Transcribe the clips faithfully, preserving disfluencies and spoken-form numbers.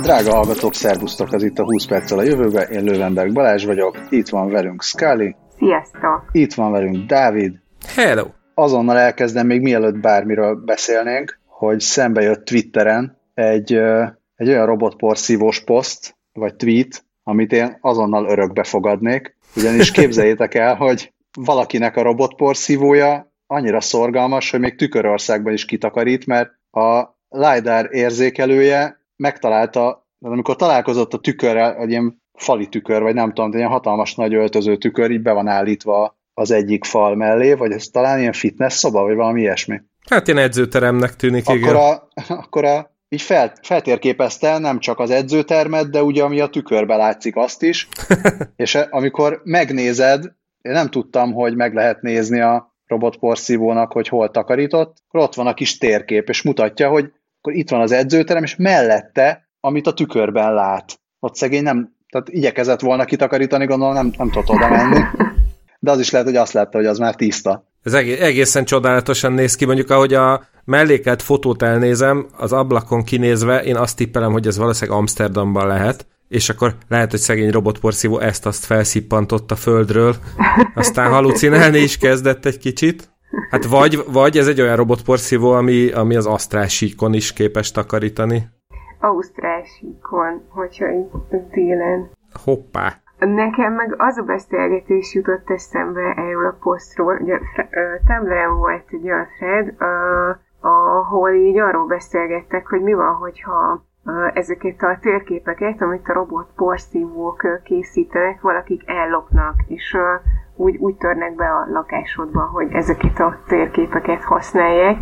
Drága hallgatók, szervusztok, ez itt a húsz perccel a jövőbe, én Lővenberg Balázs vagyok, itt van velünk Scully. Sziasztok! Itt van velünk Dávid. Hello! Azonnal elkezdem, még mielőtt bármiről beszélnénk, hogy szembe jött Twitteren egy, egy olyan robotporszívós poszt, vagy tweet, amit én azonnal örökbe fogadnék, ugyanis képzeljétek el, hogy valakinek a robotporszívója annyira szorgalmas, hogy még Tükörországban is kitakarít, mert a LiDAR érzékelője megtalálta, amikor találkozott a tükörrel, egy ilyen fali tükör, vagy nem tudom, egy ilyen hatalmas nagy öltöző tükör, így be van állítva az egyik fal mellé, vagy ez talán ilyen fitness szoba, vagy valami ilyesmi. Hát ilyen edzőteremnek tűnik, akkor igen. A, akkor a, így fel, feltérképezte nem csak az edzőtermet, de ugye ami a tükörbe látszik azt is, és amikor megnézed, én nem tudtam, hogy meg lehet nézni a robotporszívónak, hogy hol takarított, akkor ott van a kis térkép, és mutatja, hogy akkor itt van az edzőterem, és mellette, amit a tükörben lát. Ott szegény nem, tehát igyekezett volna kitakarítani, gondolom nem, nem tudott oda menni. De az is lehet, hogy azt látta, hogy az már tiszta. Ez egészen csodálatosan néz ki, mondjuk ahogy a mellékelt fotót elnézem, az ablakon kinézve, én azt tippelem, hogy ez valószínűleg Amsterdamban lehet, és akkor lehet, hogy szegény robotporszívó ezt-azt felszippantott a földről, aztán halucinálni is kezdett egy kicsit. Hát vagy, vagy ez egy olyan robotporszívó, ami, ami az asztrálsíkon is képes takarítani. Ausztrálsíkon, hogyha itt télen. Hoppá! Nekem meg az a beszélgetés jutott eszembe erről a posztról, ugye Tumblr-en volt egy olyan thread, ahol így arról beszélgettek, hogy mi van, hogyha ezeket a térképeket, amit a robot porszívók készítenek, valakik ellopnak, és úgy, úgy törnek be a lakásodba, hogy ezeket a térképeket használják,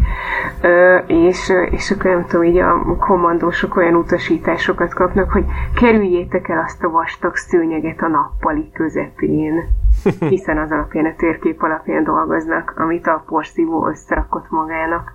és, és akkor nem tudom, így a kommandósok olyan utasításokat kapnak, hogy kerüljétek el azt a vastag szőnyeget a nappali közepén, hiszen az alapján, a térkép alapján dolgoznak, amit a porszívó összerakott magának.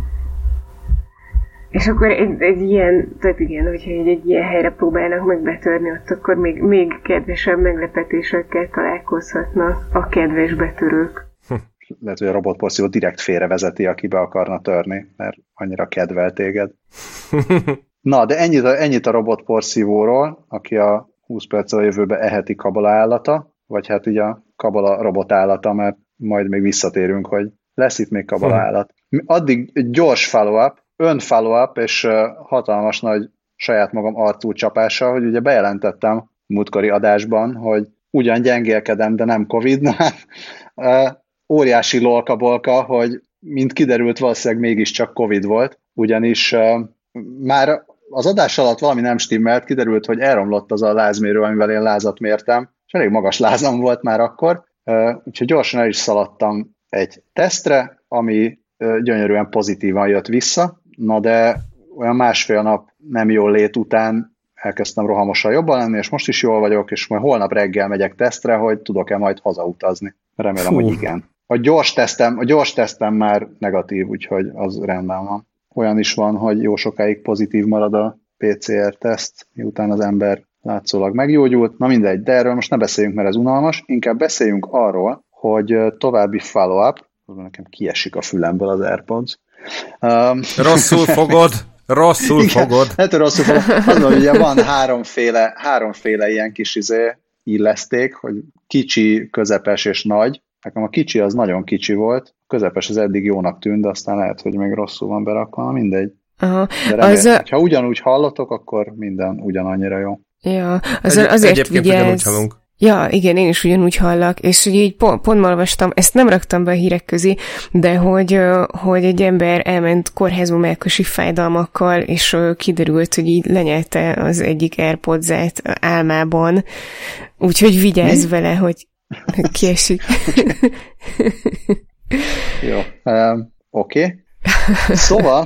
És akkor egy, egy ilyen, tehát igen, hogyha egy, egy ilyen helyre próbálnak meg betörni, ott akkor még, még kedvesebb meglepetésekkel találkozhatnak a kedves betörők. Lehet, hogy a robotporszívó direkt félrevezeti, aki be akarna törni, mert annyira kedvel téged. Na, de ennyit a, ennyit a robotporszívóról, aki a húsz perccel a jövőbe eheti kabala állata, vagy hát ugye a kabala robotállata, mert majd még visszatérünk, hogy lesz itt még kabala állat. Addig gyors follow-up, ön-follow-up és uh, hatalmas nagy saját magam arcú csapással, hogy ugye bejelentettem múltkori adásban, hogy ugyan gyengélkedem, de nem Covid, na, uh, óriási lolkabolka, hogy mint kiderült, valószínűleg mégiscsak Covid volt, ugyanis uh, már az adás alatt valami nem stimmelt, kiderült, hogy elromlott az a lázmérő, amivel én lázat mértem, és elég magas lázam volt már akkor, uh, úgyhogy gyorsan el is szaladtam egy tesztre, ami uh, gyönyörűen pozitívan jött vissza. Na de olyan másfél nap nem jól lét után elkezdtem rohamosan jobban lenni, és most is jól vagyok, és majd holnap reggel megyek tesztre, hogy tudok-e majd hazautazni. Remélem, Fú. hogy igen. A gyors tesztem, a gyors tesztem már negatív, úgyhogy az rendben van. Olyan is van, hogy jó sokáig pozitív marad a pé cé er teszt, miután az ember látszólag meggyógyult. Na mindegy, de erről most ne beszéljünk, mert ez unalmas. Inkább beszéljünk arról, hogy további follow-up, nekem kiesik a fülemből az AirPods, Um, rosszul fogod, rosszul igen, fogod. Hát rosszul fogod. Azon, hogy ugye van háromféle, háromféle ilyen kis izé illeszték, hogy kicsi, közepes és nagy. Nekem a kicsi az nagyon kicsi volt, a közepes az eddig jónak tűnt, de aztán lehet, hogy még rosszul van berakva, mindegy. Aha, de remélem, a... ha ugyanúgy hallotok, akkor minden ugyanannyira jó. Ja, az, Egy, azért vigyázz. Ja, igen, én is ugyanúgy hallak, és ugye így pont, pont olvastam, ezt nem raktam be a hírek közé, de hogy, hogy egy ember elment kórházba melkosi fájdalmakkal, és kiderült, hogy így lenyelte az egyik AirPods-át álmában, úgyhogy vigyázz Mi? vele, hogy kiesik. Jó, um, oké. Okay. Szóval...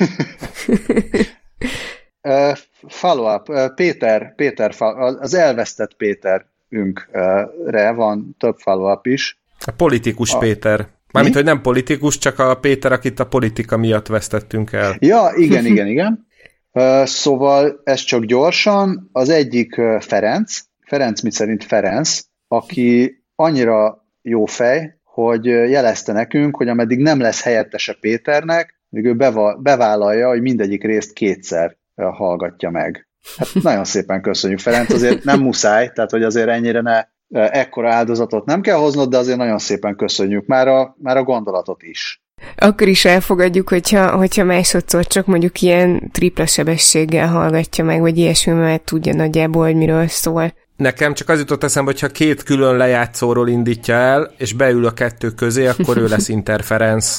uh, follow-up, uh, Péter, Péter, az elvesztett Péter ünkre van több follow-up is. A politikus a... Péter. Mármint, hogy nem politikus, csak a Péter, akit a politika miatt vesztettünk el. Ja, igen, igen, igen. Szóval ez csak gyorsan. Az egyik Ferenc, Ferenc mit szerint Ferenc, aki annyira jó fej, hogy jelezte nekünk, hogy ameddig nem lesz helyettese Péternek, még ő bevállalja, hogy mindegyik részt kétszer hallgatja meg. Hát nagyon szépen köszönjük, Ferenc, azért nem muszáj, tehát hogy azért ennyire ne, ekkora áldozatot nem kell hoznod, de azért nagyon szépen köszönjük már a, már a gondolatot is. Akkor is elfogadjuk, hogyha, hogyha másodszor csak mondjuk ilyen tripla sebességgel hallgatja meg, vagy ilyesmi, mert tudja nagyjából, hogy miről szól. Nekem csak az jutott eszembe, hogyha két külön lejátszóról indítja el, és beül a kettő közé, akkor ő lesz interference.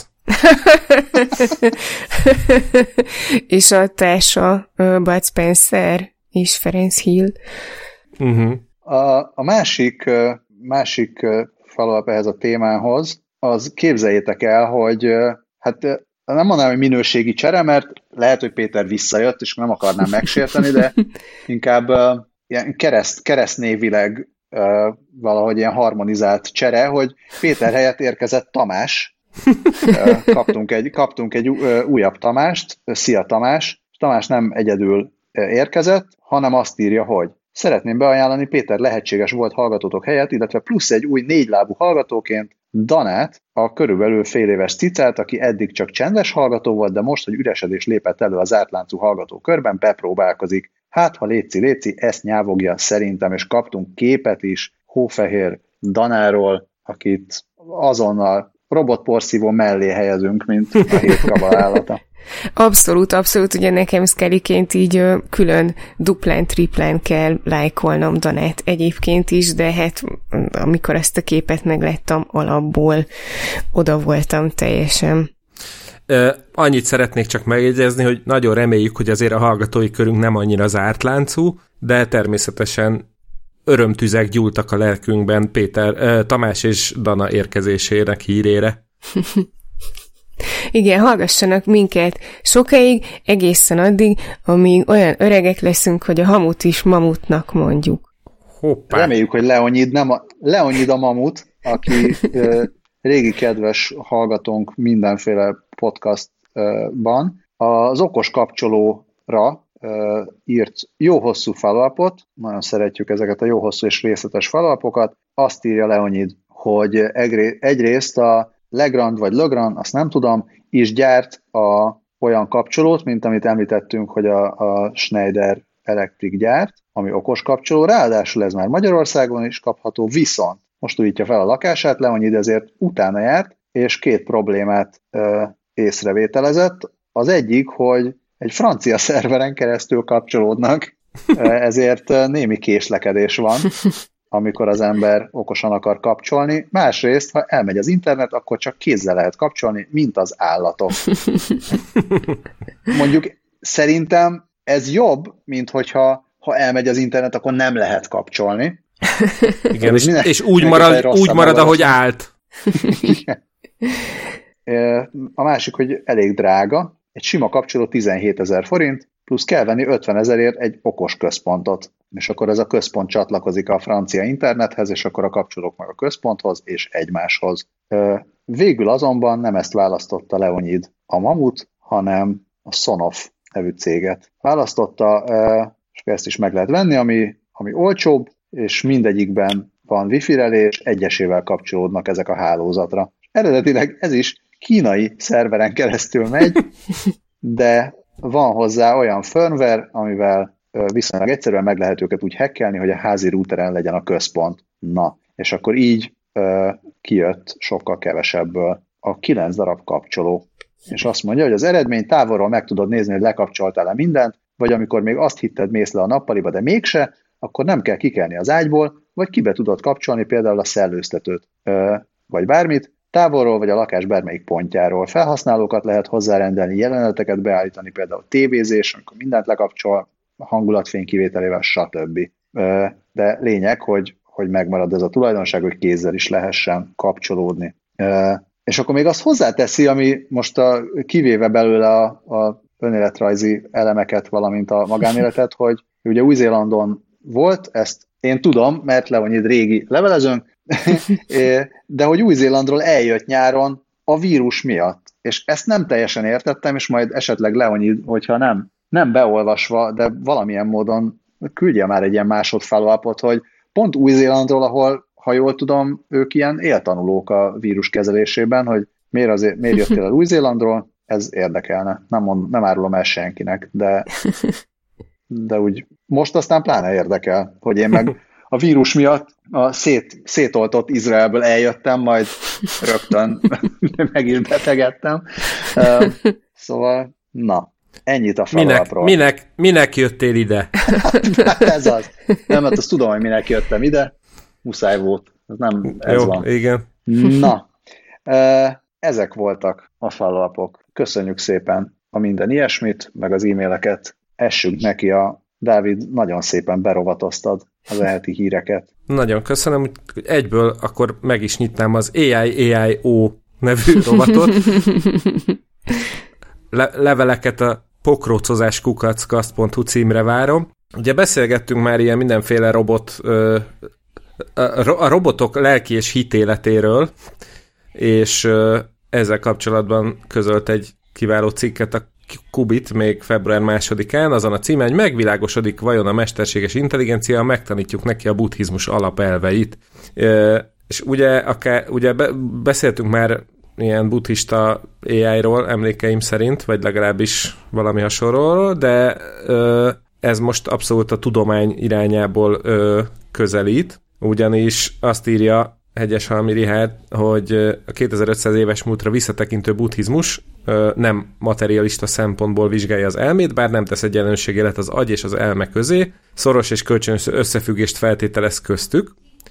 És a társa uh, Bud Spencer és Ferenc Hill. Uh-huh. A, a másik, másik follow-up ehhez a témához, az képzeljétek el, hogy hát nem mondanám, hogy minőségi csere, mert lehet, hogy Péter visszajött, és nem akarnám megsérteni, de inkább uh, ilyen kereszt, keresztnévileg uh, valahogy ilyen harmonizált csere, hogy Péter helyett érkezett Tamás. uh, kaptunk egy, kaptunk egy uh, újabb Tamást, szia Tamás. Tamás nem egyedül érkezett, hanem azt írja, hogy szeretném beajánlani Péter lehetséges volt hallgatótok helyett, illetve plusz egy új négylábú hallgatóként Danát, a körülbelül fél éves cicát, aki eddig csak csendes hallgató volt, de most, hogy üresedés lépett elő az átláncú hallgató körben, bepróbálkozik. Hát, ha léci, léci, ezt nyávogja szerintem, és kaptunk képet is Hófehér Danáról, akit azonnal robotporszívó mellé helyezünk, mint a hét kabalállata. Abszolút, abszolút, ugye nekem Skellyként így ö, külön duplán, triplán kell lájkolnom Danát egyébként is, de hát amikor ezt a képet megláttam alapból, oda voltam teljesen. Uh, annyit szeretnék csak megjegyezni, hogy nagyon reméljük, hogy azért a hallgatói körünk nem annyira zárt láncú, de természetesen örömtüzek gyúltak a lelkünkben Péter, uh, Tamás és Dana érkezésének hírére. Igen, hallgassanak minket sokáig, egészen addig, amíg olyan öregek leszünk, hogy a hamut is mamutnak mondjuk. Hoppá. Reméljük, hogy Leonid, nem a, Leonid a mamut, aki ö, régi kedves hallgatónk mindenféle podcastban, az okos kapcsolóra ö, írt jó hosszú follow-upot, nagyon szeretjük ezeket a jó hosszú és részletes follow-upokat, azt írja Leonid, hogy egyrészt a Legrand vagy Legrand, azt nem tudom, is gyárt a, olyan kapcsolót, mint amit említettünk, hogy a, a Schneider Electric gyárt, ami okos kapcsoló, ráadásul ez már Magyarországon is kapható, viszont most újítja fel a lakását, Leonid ezért utána járt, és két problémát ö, észrevételezett. Az egyik, hogy egy francia szerveren keresztül kapcsolódnak, ezért némi késlekedés van, amikor az ember okosan akar kapcsolni. Másrészt, ha elmegy az internet, akkor csak kézzel lehet kapcsolni, mint az állatok. Mondjuk szerintem ez jobb, mint hogyha ha elmegy az internet, akkor nem lehet kapcsolni. Igen, és, minek, és úgy marad, úgy marad ahogy állt. A másik, hogy elég drága. Egy sima kapcsoló tizenhétezer forint, plusz kell venni ötvenezerért egy okos központot. És akkor ez a központ csatlakozik a francia internethez, és akkor a kapcsolók meg a központhoz, és egymáshoz. Végül azonban nem ezt választotta Leonid a Mamut, hanem a Sonoff nevű céget választotta, és ezt is meg lehet venni, ami, ami olcsóbb, és mindegyikben van wifi relés, egyesével kapcsolódnak ezek a hálózatra. Eredetileg ez is kínai szerveren keresztül megy, de van hozzá olyan firmware, amivel viszonylag egyszerűen meg lehet őket úgy hackelni, hogy a házi routeren legyen a központ. Na, és akkor így uh, kijött sokkal kevesebből a kilenc darab kapcsoló. És azt mondja, hogy az eredmény távolról meg tudod nézni, hogy lekapcsoltál-e mindent, vagy amikor még azt hitted, mész le a nappaliba, de mégse, akkor nem kell kikelni az ágyból, vagy kibe tudod kapcsolni például a szellőztetőt, uh, vagy bármit, távolról vagy a lakás bármelyik pontjáról. Felhasználókat lehet hozzárendelni, jeleneteket beállítani, például tévézés, amikor mindent lekapcsol, hangulatfény kivételével, stb. De lényeg, hogy, hogy megmarad ez a tulajdonság, hogy kézzel is lehessen kapcsolódni. És akkor még azt hozzáteszi, ami most a, kivéve belőle a, a önéletrajzi elemeket, valamint a magánéletet, hogy ugye Új-Zélandon volt, ezt én tudom, mert Leonid régi levelezőnk, de hogy Új-Zélandról eljött nyáron a vírus miatt. És ezt nem teljesen értettem, és majd esetleg Leonid, hogyha nem, nem beolvasva, de valamilyen módon küldje már egy ilyen másod follow-upot, hogy pont Új-Zélandról, ahol, ha jól tudom, ők ilyen éltanulók a vírus kezelésében, hogy miért, azért, miért jöttél el Új-Zélandról, ez érdekelne. Nem, mond, nem árulom el senkinek, de de úgy most aztán pláne érdekel, hogy én meg a vírus miatt a szét, szétoltott Izraelből eljöttem, majd rögtön meg is betegedtem. Szóval, na, ennyit a falapról. Minek, minek, minek jöttél ide? Hát ez az. Nem, hát azt tudom, hogy minek jöttem ide. Muszáj volt. Ez nem ez Jó, van. igen. Na, ezek voltak a falapok. Köszönjük szépen a minden ilyesmit, meg az e-maileket. Essünk neki a Dávid, nagyon szépen berovatoztad az elheti híreket. Nagyon köszönöm, hogy egyből akkor meg is nyitnám az á i á i o nevű rovatot. Le- leveleket a pokrócozás kukac kaszt pont hu címre várom. Ugye beszélgettünk már ilyen mindenféle robot, ö, a, a robotok lelki és hitéletéről, és ö, ezzel kapcsolatban közölt egy kiváló cikket a Kubit még február másodikán, azon a címen, hogy megvilágosodik vajon a mesterséges intelligencia, megtanítjuk neki a buddhizmus alapelveit. E, és ugye, akár, ugye be, beszéltünk már ilyen buddhista á i-ról emlékeim szerint, vagy legalábbis valami hasonlóról, de e, ez most abszolút a tudomány irányából e, közelít, ugyanis azt írja Hegyeshalmi Richárd, hogy a kétezer-ötszáz éves múltra visszatekintő buddhizmus nem materialista szempontból vizsgálja az elmét, bár nem tesz egyenlőségjelet az agy és az elme közé, szoros és kölcsönös összefüggést feltételez köztük.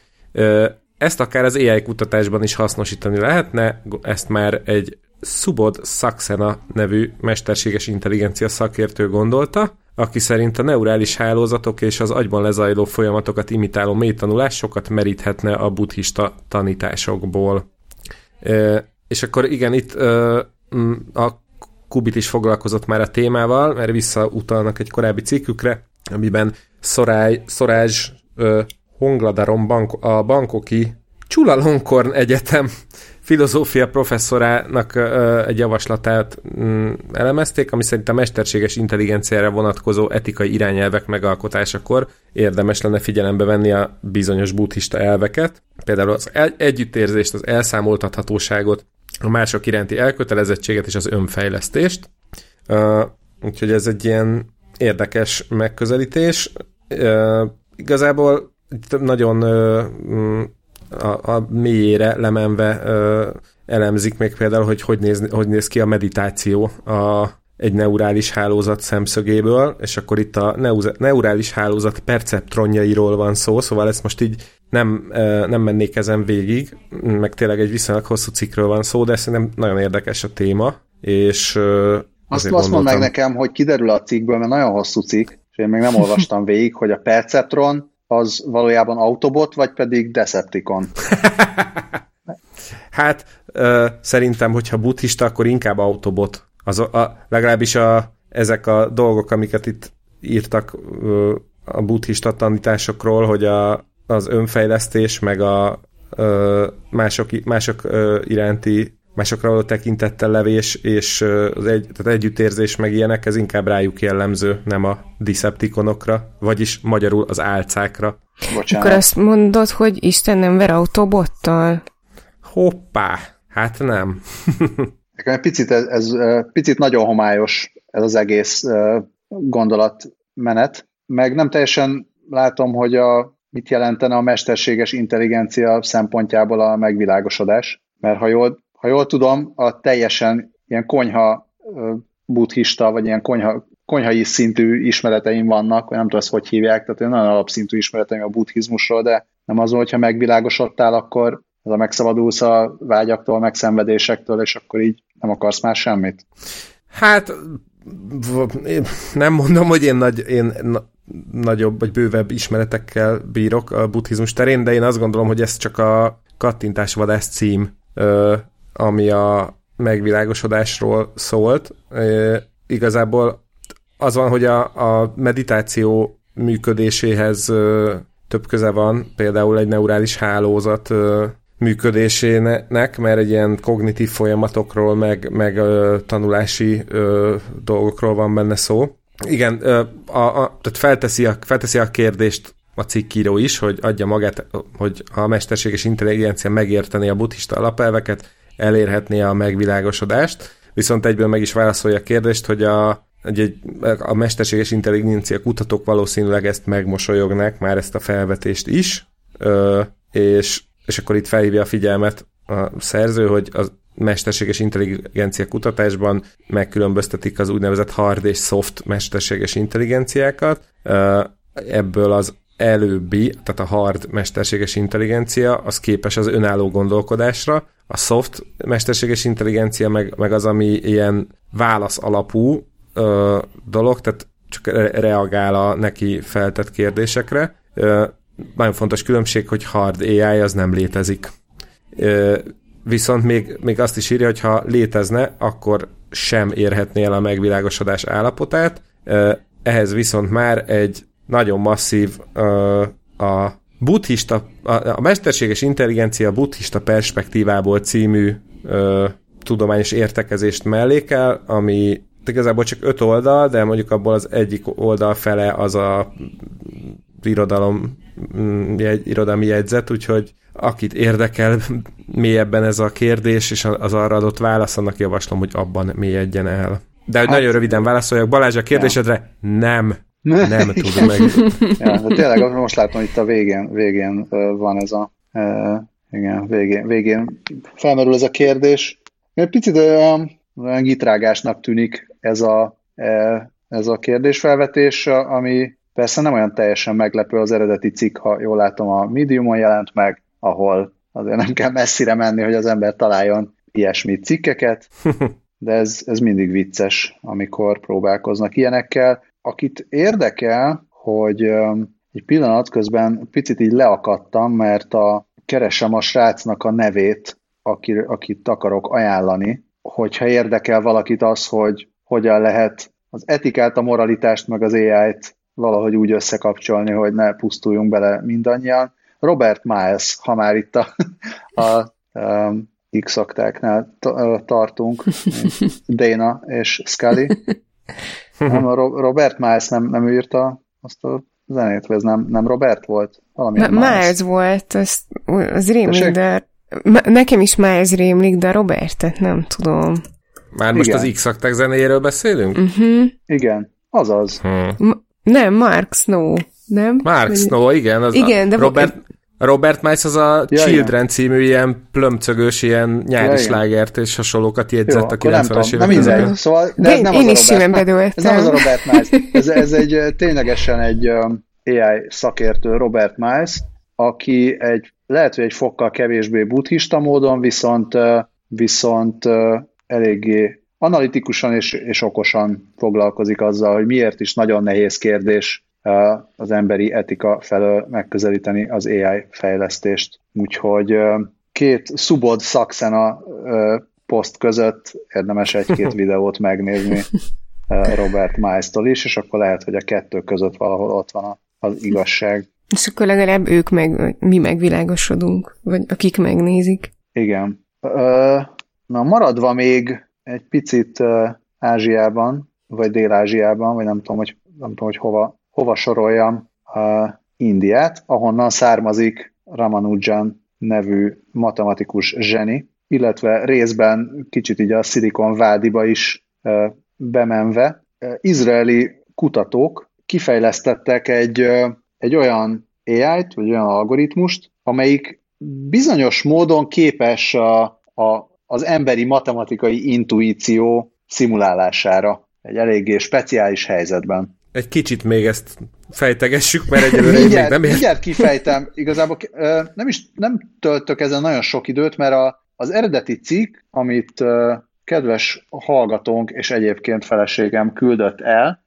Ezt akár az á i kutatásban is hasznosítani lehetne, ezt már egy Subodh Saxena nevű mesterséges intelligencia szakértő gondolta, aki szerint a neurális hálózatok és az agyban lezajló folyamatokat imitáló mélytanulás sokat meríthetne a buddhista tanításokból. E, és akkor igen, itt e, a Kubit is foglalkozott már a témával, mert visszautalnak egy korábbi cikkükre, amiben Szoráj, Szorázs e, Hongladarom bank, a Bangkoki Chulalongkorn Egyetem filozófia professzorának ö, egy javaslatát mm, elemezték, ami szerint a mesterséges intelligenciára vonatkozó etikai irányelvek megalkotásakor érdemes lenne figyelembe venni a bizonyos buddhista elveket, például az el- együttérzést, az elszámoltathatóságot, a mások iránti elkötelezettséget és az önfejlesztést. Uh, úgyhogy ez egy ilyen érdekes megközelítés. Uh, igazából nagyon uh, A, a mélyére lemenve ö, elemzik még például, hogy hogy néz, hogy néz ki a meditáció a, egy neurális hálózat szemszögéből, és akkor itt a neu- neurális hálózat perceptronjairól van szó, szóval ezt most így nem, ö, nem mennék ezen végig, meg tényleg egy viszonylag hosszú cikkről van szó, de szerintem nagyon érdekes a téma, és ö, azt, azt mondd meg nekem, hogy kiderül a cikkből, mert nagyon hosszú cikk, és én még nem olvastam végig, hogy a perceptron az valójában Autobot, vagy pedig Decepticon? Hát ö, szerintem, hogyha buddhista, akkor inkább Autobot. Az, a, legalábbis a, ezek a dolgok, amiket itt írtak ö, a buddhista tanításokról, hogy a, az önfejlesztés, meg a ö, mások, mások ö, iránti, másokra való tekintettel levés, és az egy, tehát együttérzés, meg ilyenek, ez inkább rájuk jellemző, nem a Decepticonokra, vagyis magyarul az álcákra. Bocsánat. Akkor azt mondod, hogy Isten nem ver Autobottal? Hoppá, hát nem. Egy picit, ez, ez picit nagyon homályos ez az egész gondolatmenet, meg nem teljesen látom, hogy a, mit jelentene a mesterséges intelligencia szempontjából a megvilágosodás, mert ha jól Ha jól tudom, a teljesen ilyen konyha buddhista, vagy ilyen konyha, konyhai szintű ismereteim vannak, vagy nem tudom, ezt hogy hívják, tehát nagyon alapszintű ismereteim a buddhizmusról, de nem az, hogyha megvilágosodtál, akkor ez a megszabadulsz a vágyaktól, megszenvedésektől, és akkor így nem akarsz már semmit. Hát nem mondom, hogy én, nagy, én na, nagyobb vagy bővebb ismeretekkel bírok a buddhizmus terén, de én azt gondolom, hogy ez csak a kattintásvadász cím, ami a megvilágosodásról szólt. E, igazából az van, hogy a, a meditáció működéséhez ö, több köze van, például egy neurális hálózat ö, működésének, mert egy ilyen kognitív folyamatokról, meg, meg ö, tanulási ö, dolgokról van benne szó. Igen, ö, a, a, tehát felteszi a, felteszi a kérdést a cikkíró is, hogy adja magát, hogy a mesterséges intelligencia megérteni a buddhista alapelveket, elérhetné a megvilágosodást, viszont egyből meg is válaszolja a kérdést, hogy a egy, egy, a mesterséges intelligencia kutatók valószínűleg ezt megmosolyognak, már ezt a felvetést is, ö, és, és akkor itt felhívja a figyelmet a szerző, hogy a mesterséges intelligencia kutatásban megkülönböztetik az úgynevezett hard és soft mesterséges intelligenciákat. Ebből az előbbi, tehát a hard mesterséges intelligencia, az képes az önálló gondolkodásra, a soft mesterséges intelligencia meg, meg az, ami ilyen válasz alapú ö, dolog, tehát csak re- reagál a neki feltett kérdésekre. Ö, nagyon fontos különbség, hogy hard á i az nem létezik. Ö, viszont még, még azt is írja, hogy ha létezne, akkor sem érhetné el a megvilágosodás állapotát. Ö, ehhez viszont már egy nagyon masszív ö, a buddhista, a, a mesterséges intelligencia buddhista perspektívából című ö, tudományos értekezést mellékel, ami igazából csak öt oldal, de mondjuk abból az egyik oldal fele az a irodalom, jegy, irodalmi jegyzet, úgyhogy akit érdekel mélyebben ez a kérdés, és az arra adott válasz, annak javaslom, hogy abban mélyedjen el. De hogy hát, nagyon röviden válaszoljak, Balázs, a kérdésedre ja. nem. Nem tudom meg. Ja, de tényleg most látom, hogy itt a végén, végén van ez a uh, igen, végén, végén felmerül ez a kérdés. Egy picit olyan, olyan gitrágásnak tűnik ez a, ez a kérdésfelvetés, ami persze nem olyan teljesen meglepő. Az eredeti cikk, ha jól látom, a Mediumon jelent meg, ahol azért nem kell messzire menni, hogy az ember találjon ilyesmi cikkeket, de ez, ez mindig vicces, amikor próbálkoznak ilyenekkel. Akit érdekel, hogy egy pillanat közben picit így leakadtam, mert a, keresem a srácnak a nevét, akit, akit akarok ajánlani, hogyha érdekel valakit az, hogy hogyan lehet az etikát, a moralitást, meg az á í-t valahogy úgy összekapcsolni, hogy ne pusztuljunk bele mindannyian. Robert Miles, ha már itt a, a, a X-aktáknál tartunk, Dana és Scully. Nem, a Robert Miles nem, nem írta azt a zenét, vagy ez nem, nem Robert volt? Ma- Miles volt, az, az rémlik, de nekem is Miles rémlik, de Robertet nem tudom. Már most igen. Az X-akták zenéjéről beszélünk? Uh-huh. Igen, azaz. Hmm. Ma- nem, Mark Snow, nem? Mark Vagy... Snow, igen. Az igen, de Robert... Robert Miles az a ja, Children igen. című ilyen plömcögös, ilyen nyári ja, slágert és hasonlókat jegyzett jó, a kilencvenes évek között. Szóval, de ez én, nem én az is simán bedőltem. Ez nem az a Robert Miles. Ez, ez egy ténylegesen egy um, á i szakértő, Robert Miles, aki egy, lehet, hogy egy fokkal kevésbé buddhista módon, viszont, uh, viszont uh, eléggé analitikusan és, és okosan foglalkozik azzal, hogy miért is nagyon nehéz kérdés az emberi etika felől megközelíteni az á i fejlesztést. Úgyhogy két Subod Saxena poszt között érdemes egy-két videót megnézni Robert Miles-tól is, és akkor lehet, hogy a kettő között valahol ott van az igazság. És akkor legalább ők meg, mi megvilágosodunk, vagy akik megnézik. Igen. Na, maradva még egy picit Ázsiában, vagy Dél-Ázsiában, vagy nem tudom, hogy, nem tudom, hogy hova hova soroljam uh, Indiát, ahonnan származik Ramanujan nevű matematikus zseni, illetve részben kicsit így a Szilikon vádiba is uh, bemenve. Uh, izraeli kutatók kifejlesztettek egy, uh, egy olyan á í-t, vagy olyan algoritmust, amelyik bizonyos módon képes a, a, az emberi matematikai intuíció szimulálására egy eléggé speciális helyzetben. Egy kicsit még ezt fejtegessük, mert egyelőre még nem ért. Mindjárt kifejtem. Igazából nem is nem töltök ezen nagyon sok időt, mert a, az eredeti cikk, amit kedves hallgatónk és egyébként feleségem küldött el,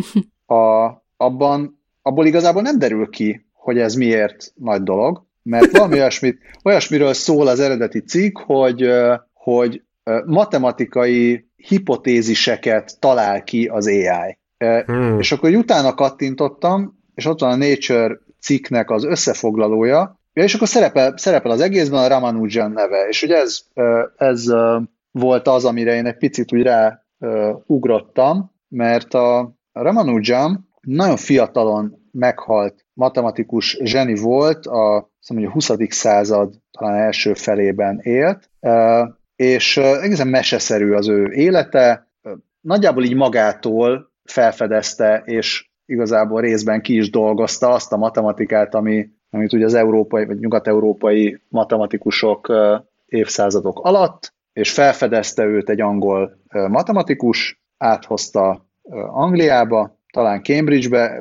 a, abban, abból igazából nem derül ki, hogy ez miért nagy dolog, mert valami olyasmit, olyasmiről szól az eredeti cikk, hogy, hogy matematikai hipotéziseket talál ki az á í. Hmm. És akkor utána kattintottam, és ott van a Nature cikknek az összefoglalója, és akkor szerepel, szerepel az egészben a Ramanujan neve, és ugye ez, ez volt az, amire én egy picit úgy rá ugrottam, mert a Ramanujan nagyon fiatalon meghalt matematikus zseni volt, a, szóval a huszadik század talán első felében élt, és egészen meseszerű az ő élete, nagyjából így magától felfedezte, és igazából részben ki is dolgozta azt a matematikát, ami, amit ugye az európai vagy nyugat-európai matematikusok évszázadok alatt, és felfedezte őt egy angol matematikus, áthozta Angliába, talán Cambridge-be,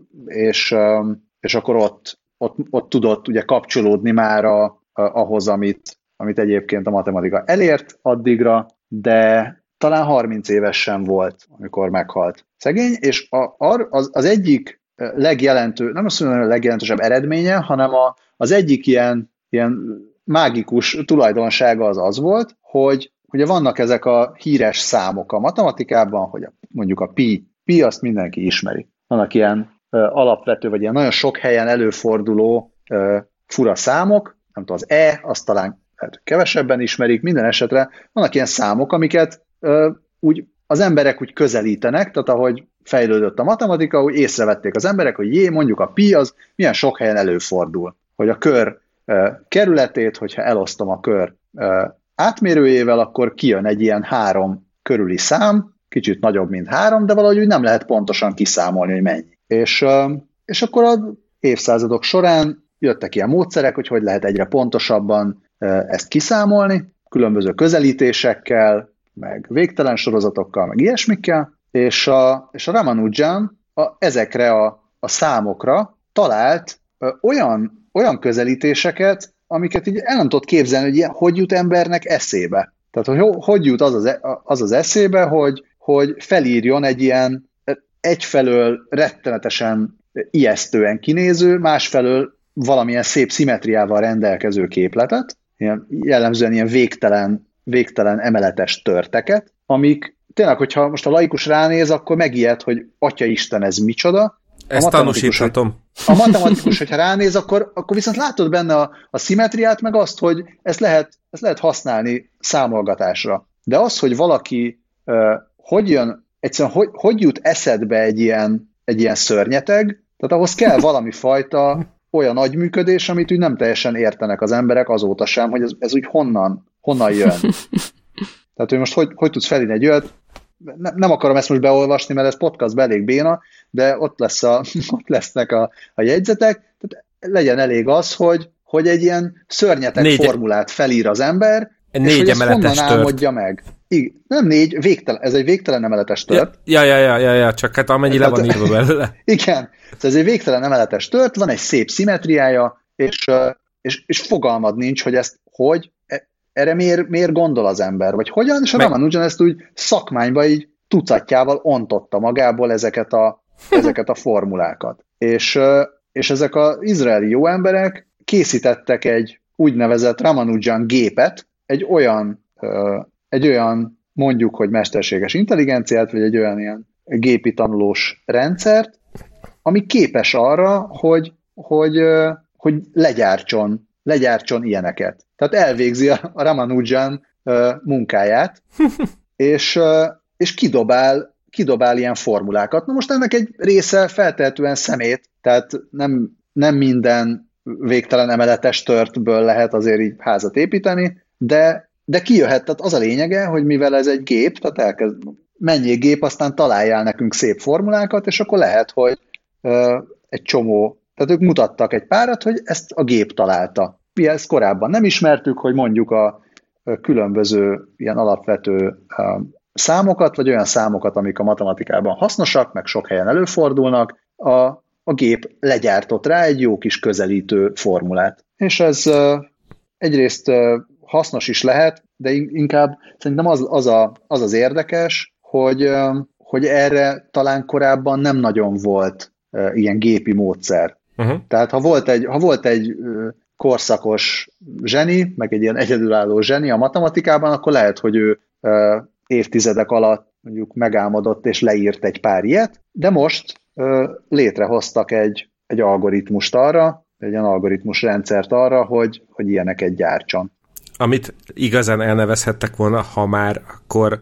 és, és akkor ott, ott, ott tudott ugye kapcsolódni már a, a, ahhoz, amit, amit egyébként a matematika elért addigra, de talán harminc éves sem volt, amikor meghalt szegény, és a, az, az egyik legjelentő, nem azt mondom, a legjelentősebb eredménye, hanem a, az egyik ilyen, ilyen mágikus tulajdonsága az az volt, hogy ugye vannak ezek a híres számok a matematikában, hogy a, mondjuk a pi, pi azt mindenki ismeri. Vannak ilyen ö, alapvető, vagy ilyen nagyon sok helyen előforduló ö, fura számok, nem tudom, az e, azt talán hát kevesebben ismerik, minden esetre vannak ilyen számok, amiket ö, úgy az emberek úgy közelítenek, tehát ahogy fejlődött a matematika, úgy észrevették az emberek, hogy jé, mondjuk a pi az milyen sok helyen előfordul. Hogy a kör ö, kerületét, hogyha elosztom a kör ö, átmérőjével, akkor kijön egy ilyen három körüli szám, kicsit nagyobb, mint három, de valahogy úgy nem lehet pontosan kiszámolni, hogy mennyi. És, ö, és akkor az évszázadok során jöttek ilyen módszerek, hogy hogy lehet egyre pontosabban ö, ezt kiszámolni, különböző közelítésekkel, meg végtelen sorozatokkal, meg ilyesmikkel, és a, és a Ramanujan a, ezekre a, a számokra talált ö, olyan, olyan közelítéseket, amiket így el nem tudod képzelni, hogy ilyen, hogy jut embernek eszébe. Tehát, hogy hogy jut az az, az, az eszébe, hogy, hogy felírjon egy ilyen egyfelől rettenetesen ijesztően kinéző, másfelől valamilyen szép szimmetriával rendelkező képletet, ilyen, jellemzően ilyen végtelen, végtelen emeletes törteket, amik tényleg, hogyha most a laikus ránéz, akkor megijed, hogy Atya Isten, ez micsoda. Ezt tanúsíthatom. A matematikus, hogyha ránéz, akkor, akkor viszont látod benne a, a szimmetriát, meg azt, hogy ezt lehet, ezt lehet használni számolgatásra. De az, hogy valaki uh, hogy jön, egyszerűen hogy, hogy jut eszedbe egy ilyen, egy ilyen szörnyeteg, tehát ahhoz kell valami fajta olyan agyműködés, amit úgy nem teljesen értenek az emberek azóta sem, hogy ez, ez úgy honnan, honnan jön. Tehát, hogy most hogy, hogy tudsz felírni egy olyat, ne, nem akarom ezt most beolvasni, mert ez podcastban elég béna, de ott, lesz a, ott lesznek a, a jegyzetek, tehát legyen elég az, hogy, hogy egy ilyen szörnyeteg négy, formulát felír az ember, és hogy ezt honnan álmodja meg. Igen, nem négy, végtelen, ez egy végtelen emeletes tört. Ja, ja, ja, ja, ja, csak hát amennyi le van írva belőle. Igen, szóval ez egy végtelen emeletes tört, van egy szép szimmetriája, és, és, és fogalmad nincs, hogy ezt hogy, erre miért, miért gondol az ember, vagy hogyan, és a Ramanujan ezt úgy szakmányba így tucatjával ontotta magából ezeket a, ezeket a formulákat. És, és ezek az izraeli jó emberek készítettek egy úgynevezett Ramanujan gépet, egy olyan, egy olyan mondjuk, hogy mesterséges intelligenciát, vagy egy olyan ilyen gépi tanulós rendszert, ami képes arra, hogy, hogy, hogy legyártson, legyártson ilyeneket. Tehát elvégzi a Ramanujan munkáját, és, és kidobál, kidobál ilyen formulákat. Na most ennek egy része feltehetően szemét, tehát nem, nem minden végtelen emeletes törtből lehet azért így házat építeni, de, de kijöhet, tehát az a lényege, hogy mivel ez egy gép, tehát elkezd, mennyi gép, aztán találjál nekünk szép formulákat, és akkor lehet, hogy uh, egy csomó, tehát ők mutattak egy párat, hogy ezt a gép találta. Mi ezt korábban nem ismertük, hogy mondjuk a, a különböző ilyen alapvető um, számokat, vagy olyan számokat, amik a matematikában hasznosak, meg sok helyen előfordulnak, a, a gép legyártott rá egy jó kis közelítő formulát. És ez uh, egyrészt uh, hasznos is lehet, de inkább szerintem az az, a, az, az érdekes, hogy, uh, hogy erre talán korábban nem nagyon volt uh, ilyen gépi módszer. Uh-huh. Tehát ha volt egy, ha volt egy uh, korszakos zseni, meg egy ilyen egyedülálló zseni a matematikában, akkor lehet, hogy ő uh, évtizedek alatt mondjuk megálmodott és leírt egy pár ilyet, de most uh, létrehoztak egy, egy algoritmust arra, egy ilyen algoritmus rendszert arra, hogy, hogy ilyeneket gyártson. Amit igazán elnevezhettek volna, ha már, akkor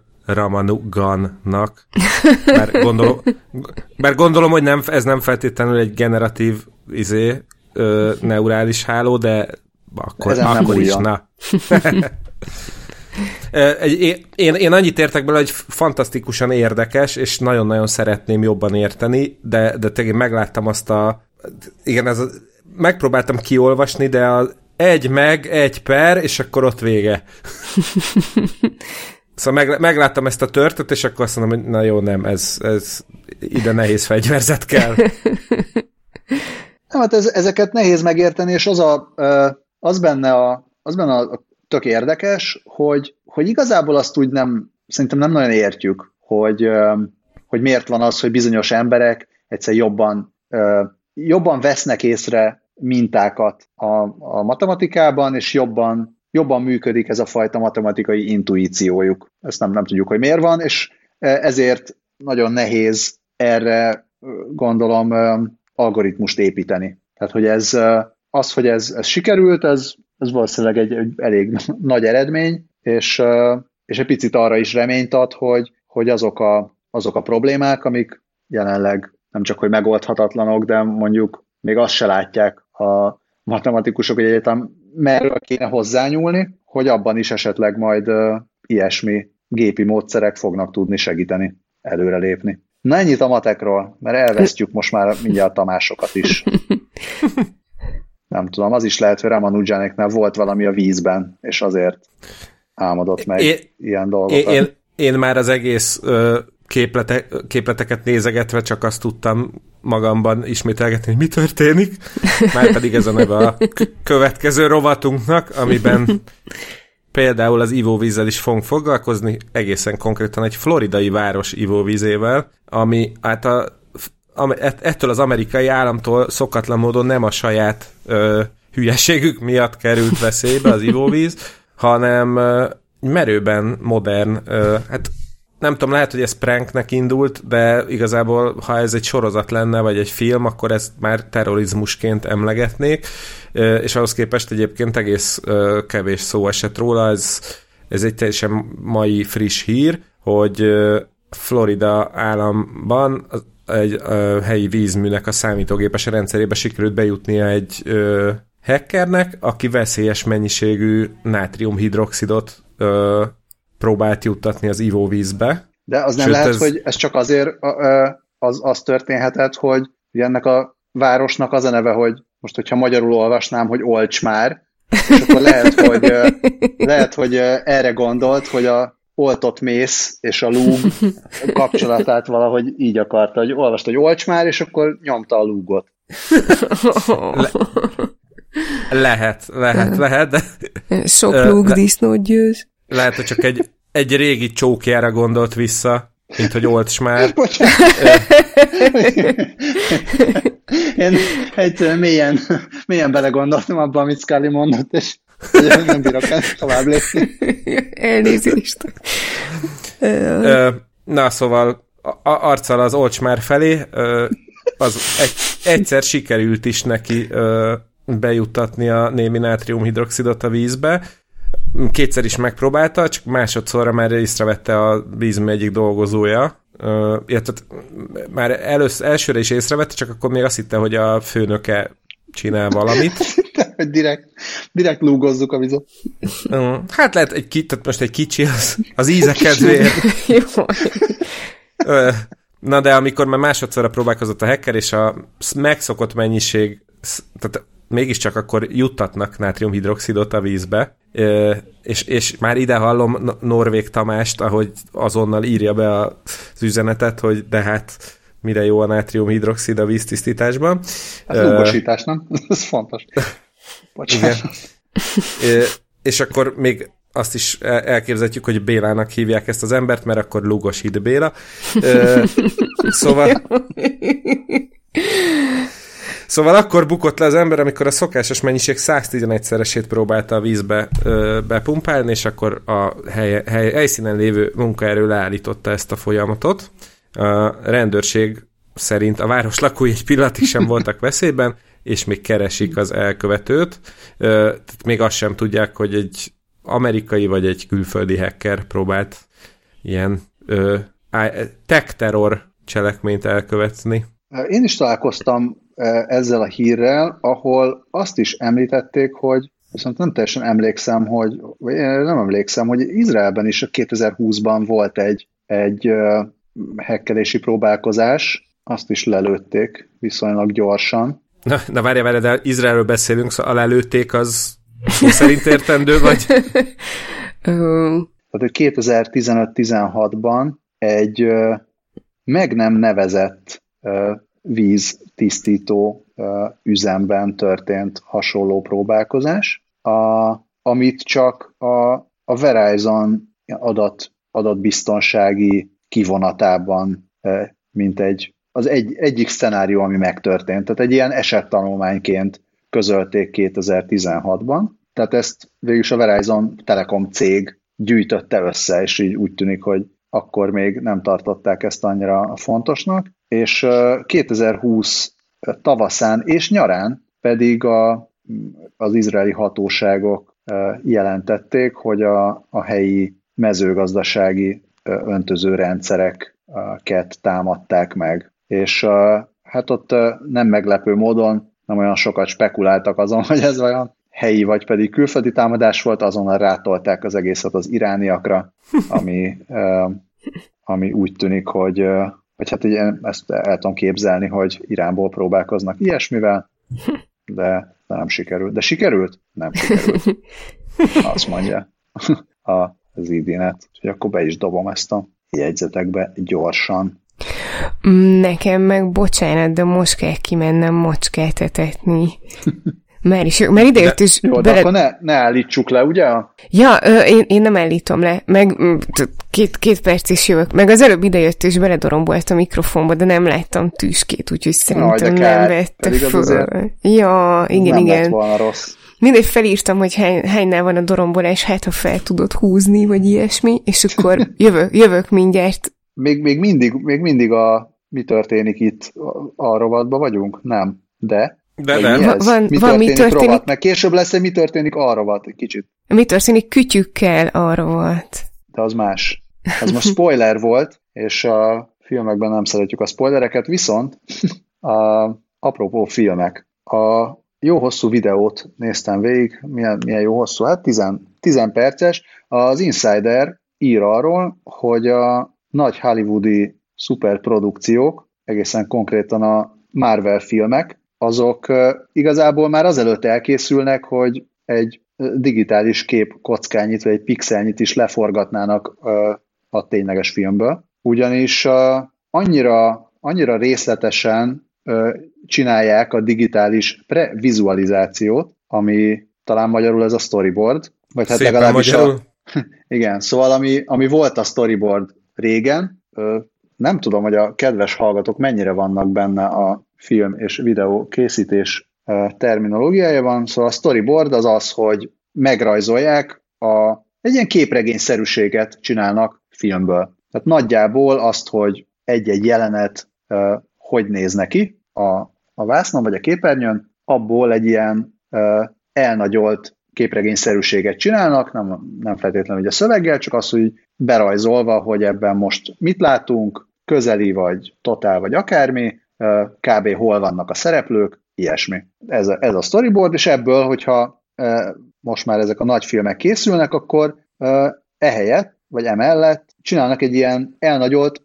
Ramanugannak. Bár gondolom, bár gondolom hogy nem, ez nem feltétlenül egy generatív izé, ö, neurális háló, de akkor, akkor is, na. Egy, én, én annyit értek bele, hogy fantasztikusan érdekes, és nagyon-nagyon szeretném jobban érteni, de, de tényleg megláttam azt a... Igen, ez a, megpróbáltam kiolvasni, de az egy meg, egy per, és akkor ott vége. Szóval meg, megláttam ezt a törtöt, és akkor azt mondom, hogy na jó, nem, ez, ez ide nehéz fegyverzet kell. Nem, hát ez, ezeket nehéz megérteni, és az, a, az benne a, az benne a tök érdekes, hogy, hogy igazából azt úgy nem, szerintem nem nagyon értjük, hogy, hogy miért van az, hogy bizonyos emberek egyszer jobban, jobban vesznek észre mintákat a, a matematikában, és jobban, jobban működik ez a fajta matematikai intuíciójuk. Ezt nem, nem tudjuk, hogy miért van, és ezért nagyon nehéz erre, gondolom, algoritmust építeni. Tehát, hogy ez, az, hogy ez, ez sikerült, ez, ez valószínűleg egy, egy elég nagy eredmény, és, és egy picit arra is reményt ad, hogy, hogy azok, a, azok a problémák, amik jelenleg nem csak, hogy megoldhatatlanok, de mondjuk még azt se látják a matematikusok, hogy egyetem merről kéne hozzányúlni, hogy abban is esetleg majd uh, ilyesmi gépi módszerek fognak tudni segíteni előrelépni. Na ennyit a matekról, mert elvesztjük most már mindjárt Tamásokat is. Nem tudom, az is lehet, hogy Ramanujanéknál volt valami a vízben, és azért álmodott meg én, ilyen dolgokat. Én, én már az egész ö, képlete, képleteket nézegetve csak azt tudtam magamban ismételgetni, hogy mi történik, már pedig ez a neve a következő rovatunknak, amiben például az ivóvízzel is fogunk foglalkozni, egészen konkrétan egy floridai város ivóvízével, ami hát a, a, ettől az amerikai államtól szokatlan módon nem a saját ö, hülyeségük miatt került veszélybe az ivóvíz, hanem ö, merőben modern, ö, hát nem tudom, lehet, hogy ez pranknek indult, de igazából, ha ez egy sorozat lenne, vagy egy film, akkor ezt már terrorizmusként emlegetnék, és ahhoz képest egyébként egész kevés szó esett róla, ez, ez egy teljesen mai friss hír, hogy Florida államban egy helyi vízműnek a számítógépes rendszerébe sikerült bejutnia egy hackernek, aki veszélyes mennyiségű nátriumhidroxidot próbált juttatni az ivóvízbe. De az nem Sőt, lehet, ez... hogy ez csak azért az, az történhetett, hogy ennek a városnak az a neve, hogy most, hogyha magyarul olvasnám, hogy Olcsmár, és akkor lehet, hogy, lehet, hogy erre gondolt, hogy a oltott mész és a lúg kapcsolatát valahogy így akarta, hogy olvast, hogy Olcsmár, és akkor nyomta a lúgot. Le... Lehet, lehet, lehet, de... Sok lúg de... disznót győz. Lehet, hogy csak egy, egy régi csókjára gondolt vissza, mint hogy Olcsmár. Én egy mélyen, mélyen belegondoltam abba, amit Scully mondott, és nem bírok tovább lépni. Elnézést. Na, szóval arccal az Olcsmár felé, az egy, egyszer sikerült is neki bejuttatni a némi nátriumhidroxidot a vízbe. Kétszer is megpróbálta, csak másodszorra már észrevette a vízmű egyik dolgozója. Uh, illetve már először, elsőre is észrevette, csak akkor még azt hitte, hogy a főnöke csinál valamit. Hogy direkt, direkt lúgozzuk a vizet. Uh, hát lehet egy kicsi, tehát most egy kicsi az, az íze kedvéért. uh, na de amikor már másodszorra próbálkozott a hacker, és a megszokott mennyiség, tehát mégiscsak akkor juttatnak nátriumhidroxidot a vízbe, és, és már ide hallom Norvég Tamást, ahogy azonnal írja be az üzenetet, hogy de hát mire jó a nátriumhidroxid a víztisztításban. Ez uh, lúgosítás, nem? Ez fontos. Igen. És akkor még azt is elképzelhetjük, hogy Bélának hívják ezt az embert, mert akkor lúgosít Béla. Szóval... Szóval akkor bukott le az ember, amikor a szokásos mennyiség száztizenegyszeresét próbálta a vízbe ö, bepumpálni, és akkor a hely, hely, helyszínen lévő munkaerő leállította ezt a folyamatot. A rendőrség szerint a város lakói egy pillanatig sem voltak veszélyben, és még keresik az elkövetőt. Ö, tehát még azt sem tudják, hogy egy amerikai vagy egy külföldi hacker próbált ilyen ö, tech-terror cselekményt elkövetni. Én is találkoztam ezzel a hírrel, ahol azt is említették, hogy Viszont nem teljesen emlékszem, hogy, vagy nem emlékszem, hogy Izraelben is kétezer-húszban volt egy, egy uh, hekkelési próbálkozás, azt is lelőtték viszonylag gyorsan. Na, na várja, várja, de Izraelről beszélünk, szóval lelőtték, az szó szerint értendő, vagy? Tehát, hogy kétezer-tizenöt-tizenhatban egy uh, meg nem nevezett uh, víztisztító uh, üzemben történt hasonló próbálkozás, a, amit csak a, a Verizon adat, adatbiztonsági kivonatában uh, mint egy, az egy, egyik szenárió, ami megtörtént. Tehát egy ilyen esettanulmányként közölték kétezer-tizenhatban. Tehát ezt végülis a Verizon Telekom cég gyűjtötte össze, és így úgy tűnik, hogy akkor még nem tartották ezt annyira fontosnak. És kétezer-húsz tavaszán és nyarán pedig a, az izraeli hatóságok jelentették, hogy a, a helyi mezőgazdasági öntözőrendszereket támadták meg. És hát ott nem meglepő módon nem olyan sokat spekuláltak azon, hogy ez olyan helyi vagy pedig külföldi támadás volt, azonnal rátolták az egészet az irániakra, ami, ami úgy tűnik, hogy, hogy hát ugye ezt el tudom képzelni, hogy Iránból próbálkoznak ilyesmivel, de, de nem sikerült. De sikerült? Nem sikerült. Azt mondja az idinet. Úgyhogy akkor be is dobom ezt a jegyzetekbe gyorsan. Nekem meg bocsánat, de most kell kimennem macskát etetni. Már is, mert idejött is... Jó, de bele... akkor ne, ne állítsuk le, ugye? Ja, ö, én, én nem állítom le, meg két, két perc is jövök, meg az előbb idejött és beledorombolt a mikrofonba, de nem láttam tüskét, úgyhogy szerintem Jaj, nem vette föl. Ja, igen, nem igen. lett volna rossz. Mindegy felírtam, hogy hány, hánynál van a dorombolás, hát ha fel tudod húzni, vagy ilyesmi, és akkor jövök, jövök mindjárt. Még, még, mindig, még mindig a mi történik itt a, a rovatban vagyunk? Nem, de... De nem. Van, van, mi van történik, mi történik rovat? Meg később lesz, hogy mi történik a rovat, egy kicsit. Mi történik kütyükkel a rovat? De az más. Ez most spoiler volt, és a filmekben nem szeretjük a spoilereket, viszont a, apropó filmek. A jó hosszú videót néztem végig, milyen, milyen jó hosszú, hát tíz perces. Az Insider ír arról, hogy a nagy hollywoodi szuperprodukciók, egészen konkrétan a Marvel filmek, azok igazából már azelőtt elkészülnek, hogy egy digitális kép kockányit, vagy egy pixelnyit is leforgatnának a tényleges filmből. Ugyanis annyira, annyira részletesen csinálják a digitális previzualizációt, ami talán magyarul ez a storyboard, vagy hát Szépen legalábbis magyarul. A... Igen, szóval ami, ami volt a storyboard régen, nem tudom, hogy a kedves hallgatók mennyire vannak benne a film és videó készítés terminológiájában. Szóval a storyboard az az, hogy megrajzolják, a, egy ilyen képregényszerűséget csinálnak filmből. Tehát nagyjából azt, hogy egy-egy jelenet uh, hogy néz neki a, a vásznon vagy a képernyőn, abból egy ilyen uh, elnagyolt képregényszerűséget csinálnak, nem, nem feltétlenül a szöveggel, csak az, hogy berajzolva, hogy ebben most mit látunk, közeli vagy totál vagy akármi, kb. Hol vannak a szereplők, ilyesmi. Ez a, ez a storyboard, és ebből, hogyha e, most már ezek a nagy filmek készülnek, akkor e, ehelyett, vagy emellett csinálnak egy ilyen elnagyolt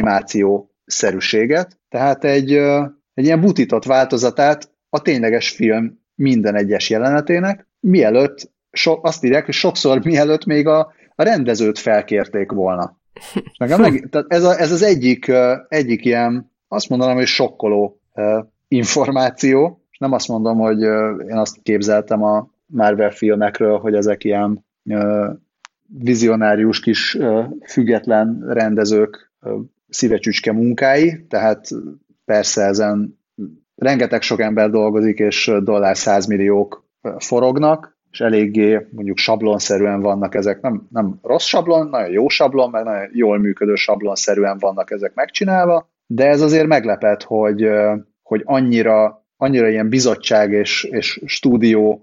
animáció-szerűséget, tehát egy, e, egy ilyen butított változatát a tényleges film minden egyes jelenetének, mielőtt, so, azt írják, hogy sokszor mielőtt még a, a rendezőt felkérték volna. Nekem meg, tehát ez, a, ez az egyik, egyik ilyen, azt mondanám, hogy sokkoló uh, információ, és nem azt mondom, hogy uh, én azt képzeltem a Marvel filmekről, hogy ezek ilyen uh, vizionárius kis uh, független rendezők uh, szívecsücske munkái, tehát persze ezen rengeteg sok ember dolgozik, és dollár százmilliók uh, forognak, és eléggé mondjuk sablonszerűen vannak ezek, nem, nem rossz sablon, nagyon jó sablon, meg nagyon jól működő sablonszerűen vannak ezek megcsinálva, de ez azért meglepett, hogy, hogy annyira, annyira ilyen bizottság és, és stúdió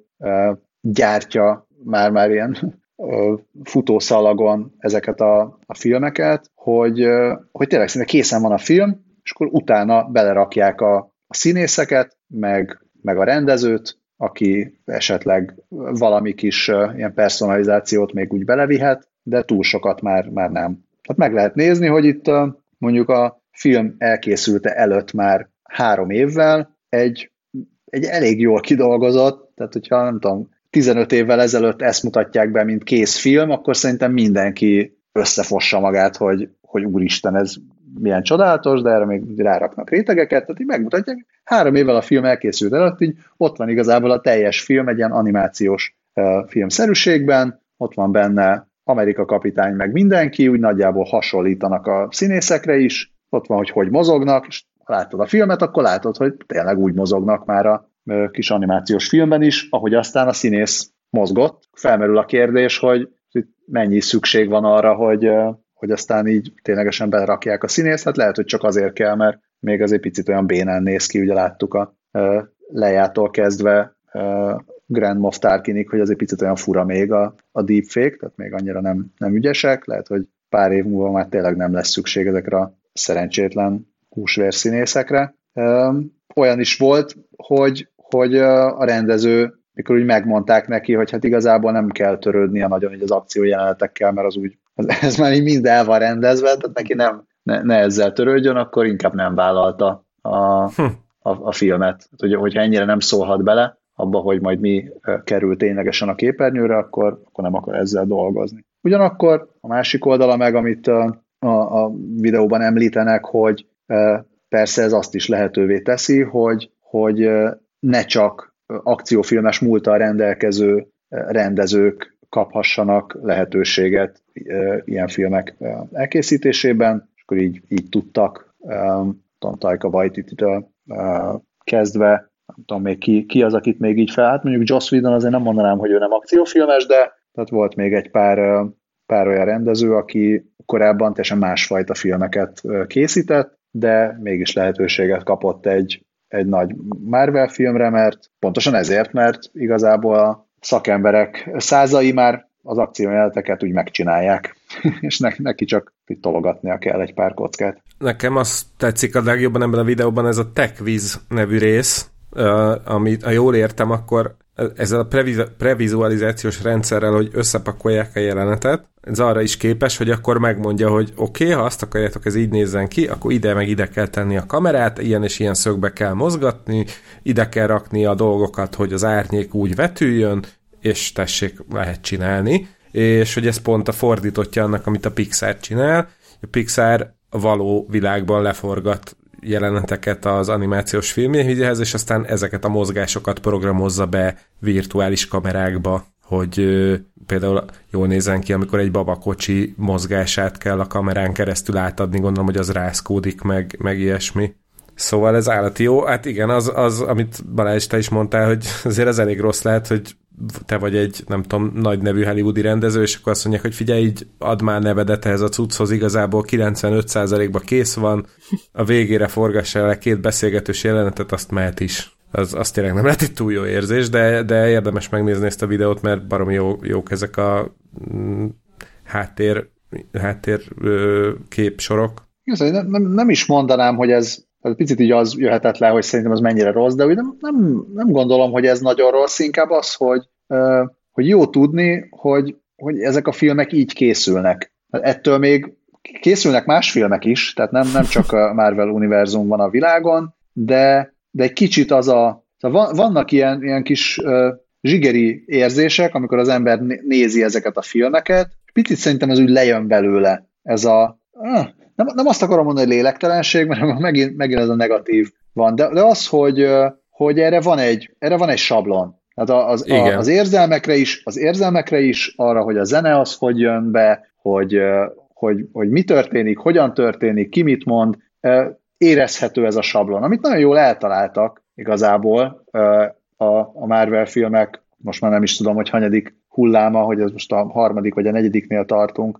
gyártja már-már ilyen futószalagon ezeket a, a filmeket, hogy, hogy tényleg szinte készen van a film, és akkor utána belerakják a, a színészeket, meg, meg a rendezőt, aki esetleg valami kis ilyen personalizációt még úgy belevihet, de túl sokat már, már nem. Tehát meg lehet nézni, hogy itt mondjuk a film elkészülte előtt már három évvel egy, egy elég jól kidolgozott, tehát hogyha nem tudom, tizenöt évvel ezelőtt ezt mutatják be, mint kész film, akkor szerintem mindenki összefossa magát, hogy, hogy úristen, ez milyen csodálatos, de erre még ráraknak rétegeket, tehát így megmutatják. Három évvel a film elkészült előtt, így ott van igazából a teljes film, egy ilyen animációs uh, filmszerűségben, ott van benne Amerika kapitány meg mindenki, úgy nagyjából hasonlítanak a színészekre is, ott van, hogy hogy mozognak, és ha látod a filmet, akkor látod, hogy tényleg úgy mozognak már a uh, kis animációs filmben is, ahogy aztán a színész mozgott. Felmerül a kérdés, hogy mennyi szükség van arra, hogy uh, hogy aztán így ténylegesen belerakják a színészt, hát lehet, hogy csak azért kell, mert még azért picit olyan bénán néz ki, ugye láttuk a uh, Leiától kezdve uh, Grand Moff Tarkinig, hogy azért picit olyan fura még a, a deepfake, tehát még annyira nem, nem ügyesek, lehet, hogy pár év múlva már tényleg nem lesz szükség ezekre a szerencsétlen húsvér színészekre. Um, olyan is volt, hogy, hogy uh, a rendező, mikor úgy megmondták neki, hogy hát igazából nem kell törődnie nagyon így az akciójelenetekkel, mert az úgy ez már így mind el van rendezve, tehát neki nem, ne, ne ezzel törődjön, akkor inkább nem vállalta a, hm. a, a filmet. Hogy, hogyha ennyire nem szólhat bele abba, hogy majd mi kerül ténylegesen a képernyőre, akkor, akkor nem akar ezzel dolgozni. Ugyanakkor a másik oldala meg, amit a, a, a videóban említenek, hogy persze ez azt is lehetővé teszi, hogy, hogy ne csak akciófilmes múlttal rendelkező rendezők kaphassanak lehetőséget ilyen filmek elkészítésében, és akkor így, így tudtak, um, tudom, Taika Waitititől uh, kezdve, nem tudom még ki, ki az, akit még így fel, hát mondjuk Joss Whedon azért nem mondanám, hogy ő nem akciófilmes, de tehát volt még egy pár, pár olyan rendező, aki korábban teljesen másfajta filmeket készített, de mégis lehetőséget kapott egy, egy nagy Marvel filmre, mert pontosan ezért, mert igazából a szakemberek százai már az akciójeleneteket úgy megcsinálják, és neki csak itt tologatnia kell egy pár kockát. Nekem azt tetszik a legjobban ebben a videóban ez a TechViz nevű rész, amit, ha jól értem, akkor ezzel a previz- previzualizációs rendszerrel, hogy összepakolják a jelenetet, ez arra is képes, hogy akkor megmondja, hogy oké, okay, ha azt akarjátok, ez így nézzen ki, akkor ide meg ide kell tenni a kamerát, ilyen és ilyen szögbe kell mozgatni, ide kell rakni a dolgokat, hogy az árnyék úgy vetüljön, és tessék, lehet csinálni, és hogy ez pont a fordítottja annak, amit a Pixar csinál. A Pixar a való világban leforgat jeleneteket az animációs filmjéhez, és aztán ezeket a mozgásokat programozza be virtuális kamerákba, hogy ö, például jól nézzen ki, amikor egy babakocsi mozgását kell a kamerán keresztül átadni, gondolom, hogy az rázkódik, meg, meg ilyesmi. Szóval ez állati jó. Hát igen, az, az amit Balázs, te is mondtál, hogy azért ez elég rossz lehet, hogy te vagy egy, nem tudom, nagy nevű hollywoodi rendező, és akkor azt mondják, hogy figyelj, így add már nevedet ehhez a cucchoz, igazából kilencvenöt százalékban kész van, a végére forgassál le két beszélgetős jelenetet, azt mehet is. Az, az tényleg nem lehet egy túl jó érzés, de, de érdemes megnézni ezt a videót, mert baromi jó, jók ezek a mm, háttér, háttér ö, képsorok. Nem, nem, nem is mondanám, hogy ez picit így az jöhetett le, hogy szerintem ez mennyire rossz, de nem, nem, nem gondolom, hogy ez nagyon rossz, inkább az, hogy, uh, hogy jó tudni, hogy, hogy ezek a filmek így készülnek. Ettől még készülnek más filmek is, tehát nem, nem csak a Marvel univerzum van a világon, de, de egy kicsit az a... Szóval vannak ilyen, ilyen kis uh, zsigeri érzések, amikor az ember nézi ezeket a filmeket, picit szerintem ez úgy lejön belőle. Ez a... Uh, Nem, nem azt akarom mondani, hogy lélektelenség, mert megint, megint ez a negatív van, de, de az, hogy, hogy erre, van egy, erre van egy sablon. Tehát az, a, az, érzelmekre is, az érzelmekre is, arra, hogy a zene az hogy jön be, hogy, hogy, hogy mi történik, hogyan történik, ki mit mond, érezhető ez a sablon, amit nagyon jól eltaláltak igazából a, a Marvel filmek, most már nem is tudom, hogy hanyadik hulláma, hogy ez most a harmadik vagy a negyediknél tartunk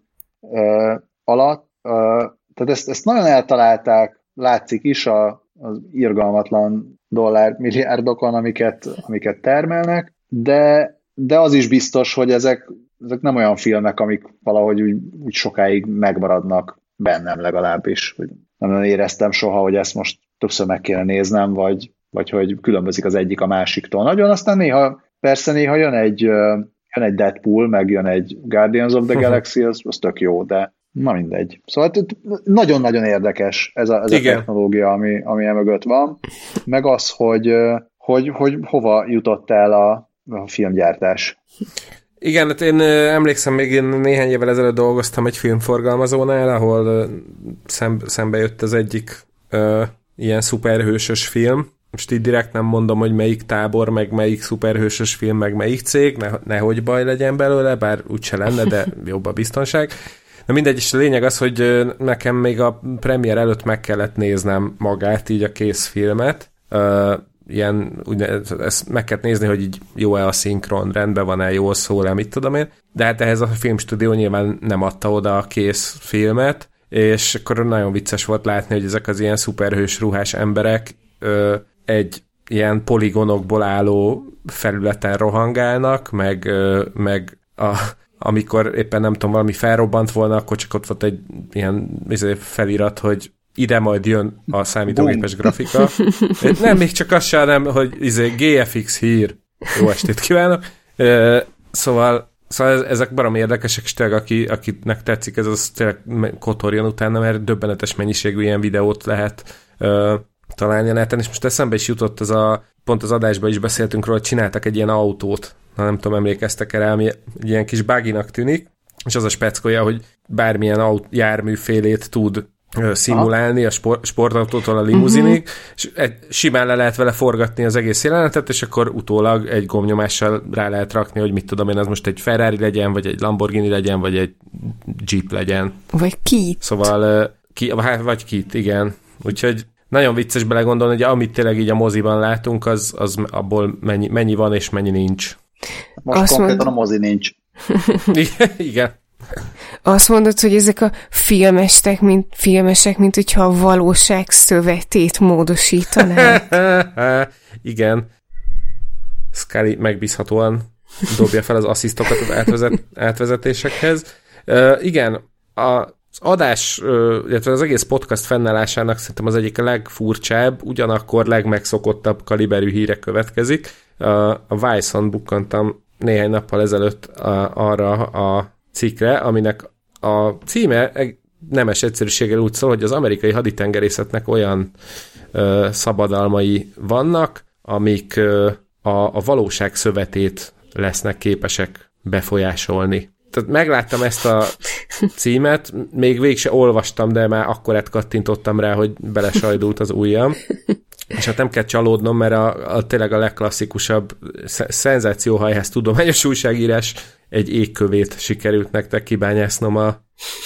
alatt. Tehát ezt, ezt nagyon eltalálták, látszik is a, az irgalmatlan dollármilliárdokon, amiket, amiket termelnek, de, de az is biztos, hogy ezek, ezek nem olyan filmek, amik valahogy úgy, úgy sokáig megmaradnak bennem legalábbis. Hogy nem éreztem soha, hogy ezt most többször meg kéne néznem, vagy, vagy hogy különbözik az egyik a másiktól. Nagyon, aztán néha, persze néha jön egy, jön egy Deadpool, meg jön egy Guardians of the Galaxy, az, az tök jó, de na mindegy. Szóval nagyon-nagyon érdekes ez a, ez a technológia, ami, ami emögött van, meg az, hogy, hogy, hogy hova jutott el a, a filmgyártás. Igen, hát én emlékszem, még én néhány évvel ezelőtt dolgoztam egy filmforgalmazónál, ahol szembe, szembe jött az egyik uh, ilyen szuperhősös film. Most így direkt nem mondom, hogy melyik tábor, meg melyik szuperhősös film, meg melyik cég, ne, nehogy baj legyen belőle, bár úgyse lenne, de jobb a biztonság. Na mindegy, és a lényeg az, hogy nekem még a premier előtt meg kellett néznem magát, így a kész filmet. Uh, ilyen, ugye, ezt meg kellett nézni, hogy így jó-e a szinkron, rendben van-e, jól szól-e, mit tudom én. De hát ehhez a filmstúdió nyilván nem adta oda a kész filmet, és akkor nagyon vicces volt látni, hogy ezek az ilyen szuperhős ruhás emberek ö, egy ilyen poligonokból álló felületen rohangálnak, meg, ö, meg a, amikor éppen nem tudom, valami felrobbant volna, akkor csak ott volt egy ilyen felirat, hogy ide majd jön a számítógépes grafika. Nem, még csak az sem, nem, hogy izé, gé ef iksz hír. Jó estét kívánok. Szóval, szóval ezek baromi érdekesek, és tényleg aki, akinek tetszik, ez az tényleg kotorjon utána, mert döbbenetes mennyiségű ilyen videót lehet uh, találni a neten, és most eszembe is jutott, az a, pont az adásban is beszéltünk róla, hogy csináltak egy ilyen autót, na nem tudom, emlékeztek erre, ami egy ilyen kis buggynak tűnik, és az a speckolja, hogy bármilyen aut- járműfélét tud szimulálni a sport, sportautótól a limuzinig, uh-huh. és egy, simán le lehet vele forgatni az egész jelenetet, és akkor utólag egy gombnyomással rá lehet rakni, hogy mit tudom én, az most egy Ferrari legyen, vagy egy Lamborghini legyen, vagy egy Jeep legyen. Vagy Kit. Szóval, ki, vagy Kit, igen. Úgyhogy nagyon vicces belegondolni, hogy amit tényleg így a moziban látunk, az, az abból mennyi, mennyi van, és mennyi nincs. Most azt konkrétan mond... a mozi nincs. Igen. Azt mondod, hogy ezek a filmesek, mint, filmesek, mint hogyha a valóság szövetét módosítanák. Igen. Scully megbízhatóan dobja fel az asszisztokat az átvezet, átvezetésekhez. Uh, igen, az adás, uh, illetve az egész podcast fennállásának szerintem az egyik legfurcsább, ugyanakkor legmegszokottabb kaliberű hírek következik. Uh, a Vice-on bukkantam néhány nappal ezelőtt uh, arra a cikkre, aminek a címe nemes egyszerűséggel úgy szól, hogy az amerikai haditengerészetnek olyan ö, szabadalmai vannak, amik ö, a, a valóság szövetét lesznek képesek befolyásolni. Tehát megláttam ezt a címet, még végig se olvastam, de már akkorát kattintottam rá, hogy belesajdult az ujjam. És hát nem kell csalódnom, mert a, a tényleg a legklasszikusabb szenzációhajház tudományos újságírás egy égkövét sikerült nektek kibányásznom a,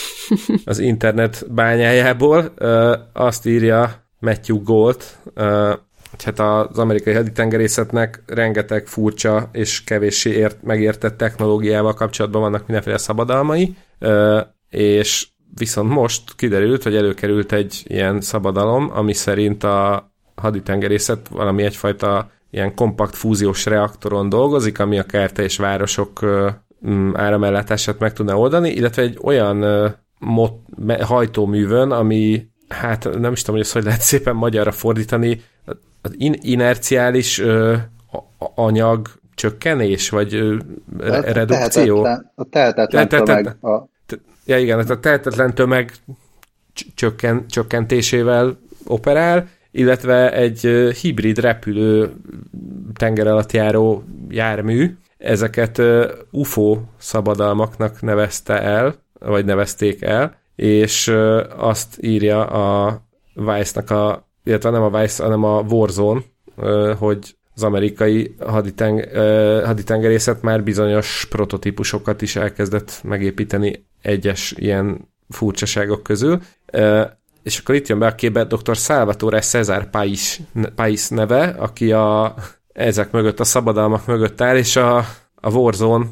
az internet bányájából. Uh, azt írja Matthew Gold, uh, hogy hát az amerikai haditengerészetnek rengeteg furcsa és kevéssé ért, megértett technológiával kapcsolatban vannak mindenféle szabadalmai, uh, és viszont most kiderült, hogy előkerült egy ilyen szabadalom, ami szerint a haditengerészet valami egyfajta ilyen kompakt fúziós reaktoron dolgozik, ami a kerte és városok uh, áramellátását meg tudná oldani, illetve egy olyan uh, mot, me, hajtóművön, ami, hát nem is tudom, hogy ezt hogy lehet szépen magyarra fordítani, az in, inerciális uh, anyag csökkenés, vagy uh, a redukció? Tehetetlen, a tehetetlen tömeg. A... Ja igen, a tehetetlen tömeg csökken, csökkentésével operál, illetve egy uh, hibrid repülő tenger alatt járó jármű. Ezeket uh, u f o szabadalmaknak nevezte el, vagy nevezték el, és uh, azt írja a Vice-nak a, illetve nem a Vice, hanem a Warzone, uh, hogy az amerikai haditeng, uh, haditengerészet már bizonyos prototípusokat is elkezdett megépíteni egyes ilyen furcsaságok közül. Uh, és akkor itt jön be a képbe doktor Salvatore Cesar Pais, Pais neve, aki a, ezek mögött, a szabadalmak mögött áll, és a, a Warzone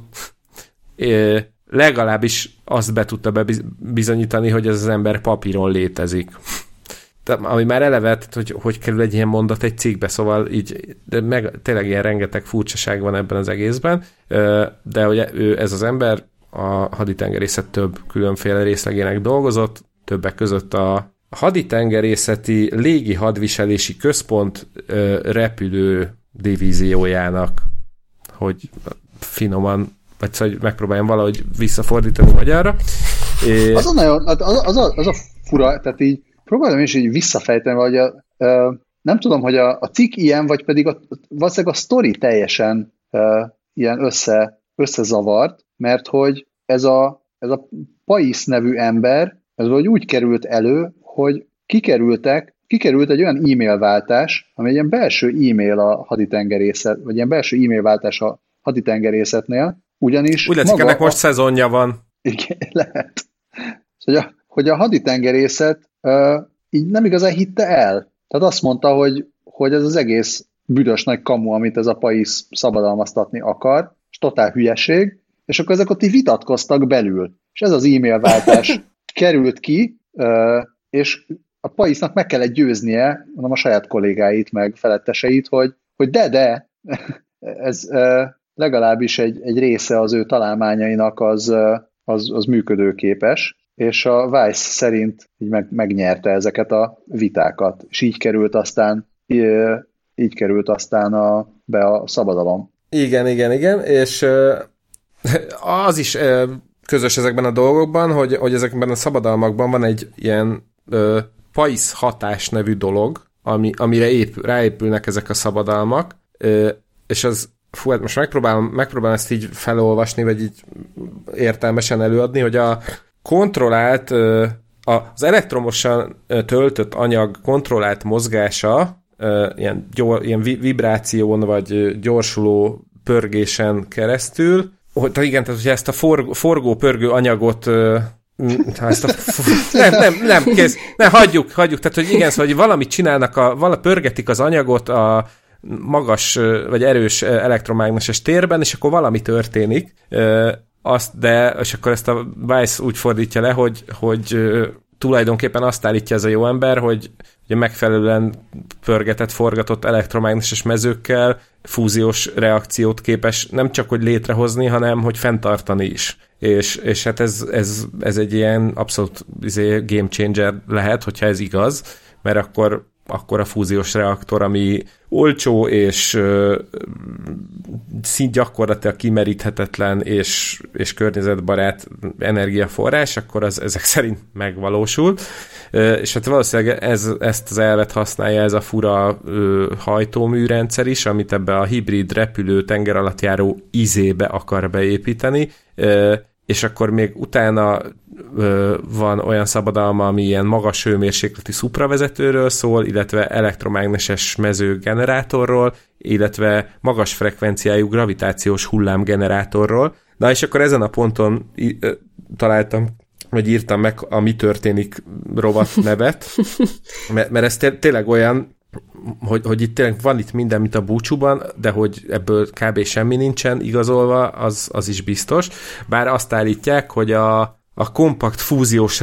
legalábbis azt be tudta bebizonyítani, hogy ez az ember papíron létezik. Tehát, ami már eleve, hogy hogy kerül egy ilyen mondat egy cikkbe, szóval így, de meg, tényleg ilyen rengeteg furcsaság van ebben az egészben, de hogy ő, ez az ember a haditengerészet több különféle részlegének dolgozott, többek között a haditengerészeti légi hadviselési központ ö, repülő divíziójának, hogy finoman, vagy hogy megpróbáljam valahogy visszafordítani magyarra. É... Az, a nagyon, az, az, a, az a fura, tehát így próbálom is így visszafejteni, vagy a, ö, nem tudom, hogy a, a cikk ilyen, vagy pedig a, valószínűleg a sztori teljesen ö, ilyen össze, összezavart, mert hogy ez a, ez a Pais nevű ember, ez vagy úgy került elő, hogy kikerültek, kikerült egy olyan e-mailváltás, ami egy ilyen belső e-mail a haditengerészet, vagy ilyen belső e-mailváltás a haditengerészetnél, ugyanis... Úgy látszik, ennek most szezonja van. Igen, lehet. Hogy a, hogy a haditengerészet uh, így nem igazán hitte el. Tehát azt mondta, hogy, hogy ez az egész büdös nagy kamu, amit ez a Pais szabadalmaztatni akar, és totál hülyeség, és akkor ezek ott így vitatkoztak belül. És ez az e-mailváltás került ki, uh, és a Paisnak meg kellett győznie, mondom, a saját kollégáit, meg feletteseit, hogy, hogy de, de, ez uh, legalábbis egy, egy része az ő találmányainak az, uh, az, az működőképes, és a Vice szerint így meg, megnyerte ezeket a vitákat, és így került aztán, így, így került aztán a, be a szabadalom. Igen, igen, igen, és uh, az is uh, közös ezekben a dolgokban, hogy, hogy ezekben a szabadalmakban van egy ilyen uh, Pais hatás nevű dolog, ami, amire épül, ráépülnek ezek a szabadalmak, uh, és az, fú, hát most megpróbálom, megpróbálom ezt így felolvasni, vagy így értelmesen előadni, hogy a kontrollált, uh, az elektromosan töltött anyag kontrollált mozgása, uh, ilyen, gyor, ilyen vibráción, vagy gyorsuló pörgésen keresztül, hogy igen, tehát hogyha ezt a forg, forgó-pörgő anyagot ezt a, nem, nem, nem, kész, ne, hagyjuk, hagyjuk, tehát hogy igen, szóval, hogy valamit csinálnak, a, vala, pörgetik az anyagot a magas, vagy erős elektromágneses térben, és akkor valami történik, azt, de, és akkor ezt a Vice úgy fordítja le, hogy, hogy tulajdonképpen azt állítja ez a jó ember, hogy ugye megfelelően pörgetett, forgatott elektromágneses mezőkkel fúziós reakciót képes nem csak hogy létrehozni, hanem hogy fenntartani is. És, és hát ez, ez, ez egy ilyen abszolút izé, game changer lehet, hogyha ez igaz, mert akkor, akkor a fúziós reaktor, ami olcsó és uh, szint gyakorlatilag kimeríthetetlen és, és környezetbarát energiaforrás, akkor az ezek szerint megvalósul. Uh, és hát valószínűleg ez, ezt az elvet használja ez a fura uh, hajtóműrendszer is, amit ebbe a hibrid repülő tengeralattjáró izébe akar beépíteni, uh, és akkor még utána ö, van olyan szabadalma, ami ilyen magas hőmérsékleti szupravezetőről szól, illetve elektromágneses mezőgenerátorról, illetve magas frekvenciájú gravitációs hullámgenerátorról. Na és akkor ezen a ponton ö, találtam, vagy írtam meg a Mi történik rovat nevet, mert, mert ez té- tényleg olyan, hogy, hogy itt tényleg van itt minden, mint a búcsúban, de hogy ebből kb. Semmi nincsen igazolva, az, az is biztos. Bár azt állítják, hogy a, a kompakt fúziós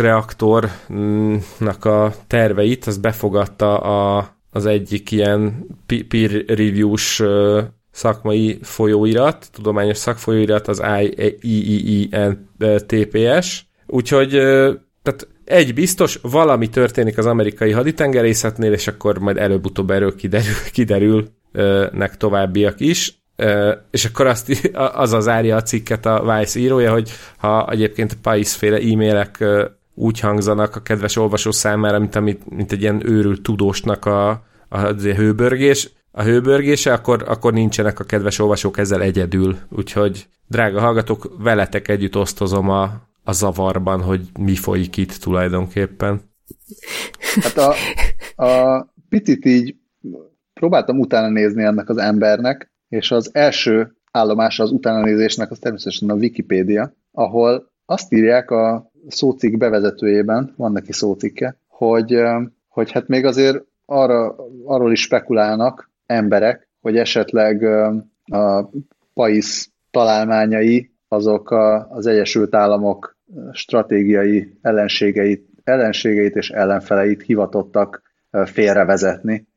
reaktornak a terveit, az befogadta a, az egyik ilyen peer reviews szakmai folyóirat, tudományos szakfolyóirat, az I E E E N T P S. Úgyhogy tehát egy biztos, valami történik az amerikai haditengerészetnél, és akkor majd előbb-utóbb erről kiderül, kiderülnek továbbiak is. És akkor azt, az az árja a cikket a Vice írója, hogy ha egyébként a Pais-féle e-mailek úgy hangzanak a kedves olvasó számára, mint, amit, mint egy ilyen őrült tudósnak a, a, a hőbörgés, a hőbörgése, akkor, akkor nincsenek a kedves olvasók ezzel egyedül. Úgyhogy, drága hallgatók, veletek együtt osztozom a a zavarban, hogy mi folyik itt tulajdonképpen. Hát a, a picit így próbáltam utána nézni ennek az embernek, és az első állomása az utánanézésnek az természetesen a Wikipédia, ahol azt írják a szócikk bevezetőjében, van neki szócikke, hogy, hogy hát még azért arra, arról is spekulálnak emberek, hogy esetleg a Pais találmányai azok a, az Egyesült Államok stratégiai ellenségeit, ellenségeit és ellenfeleit hivatottak félrevezetni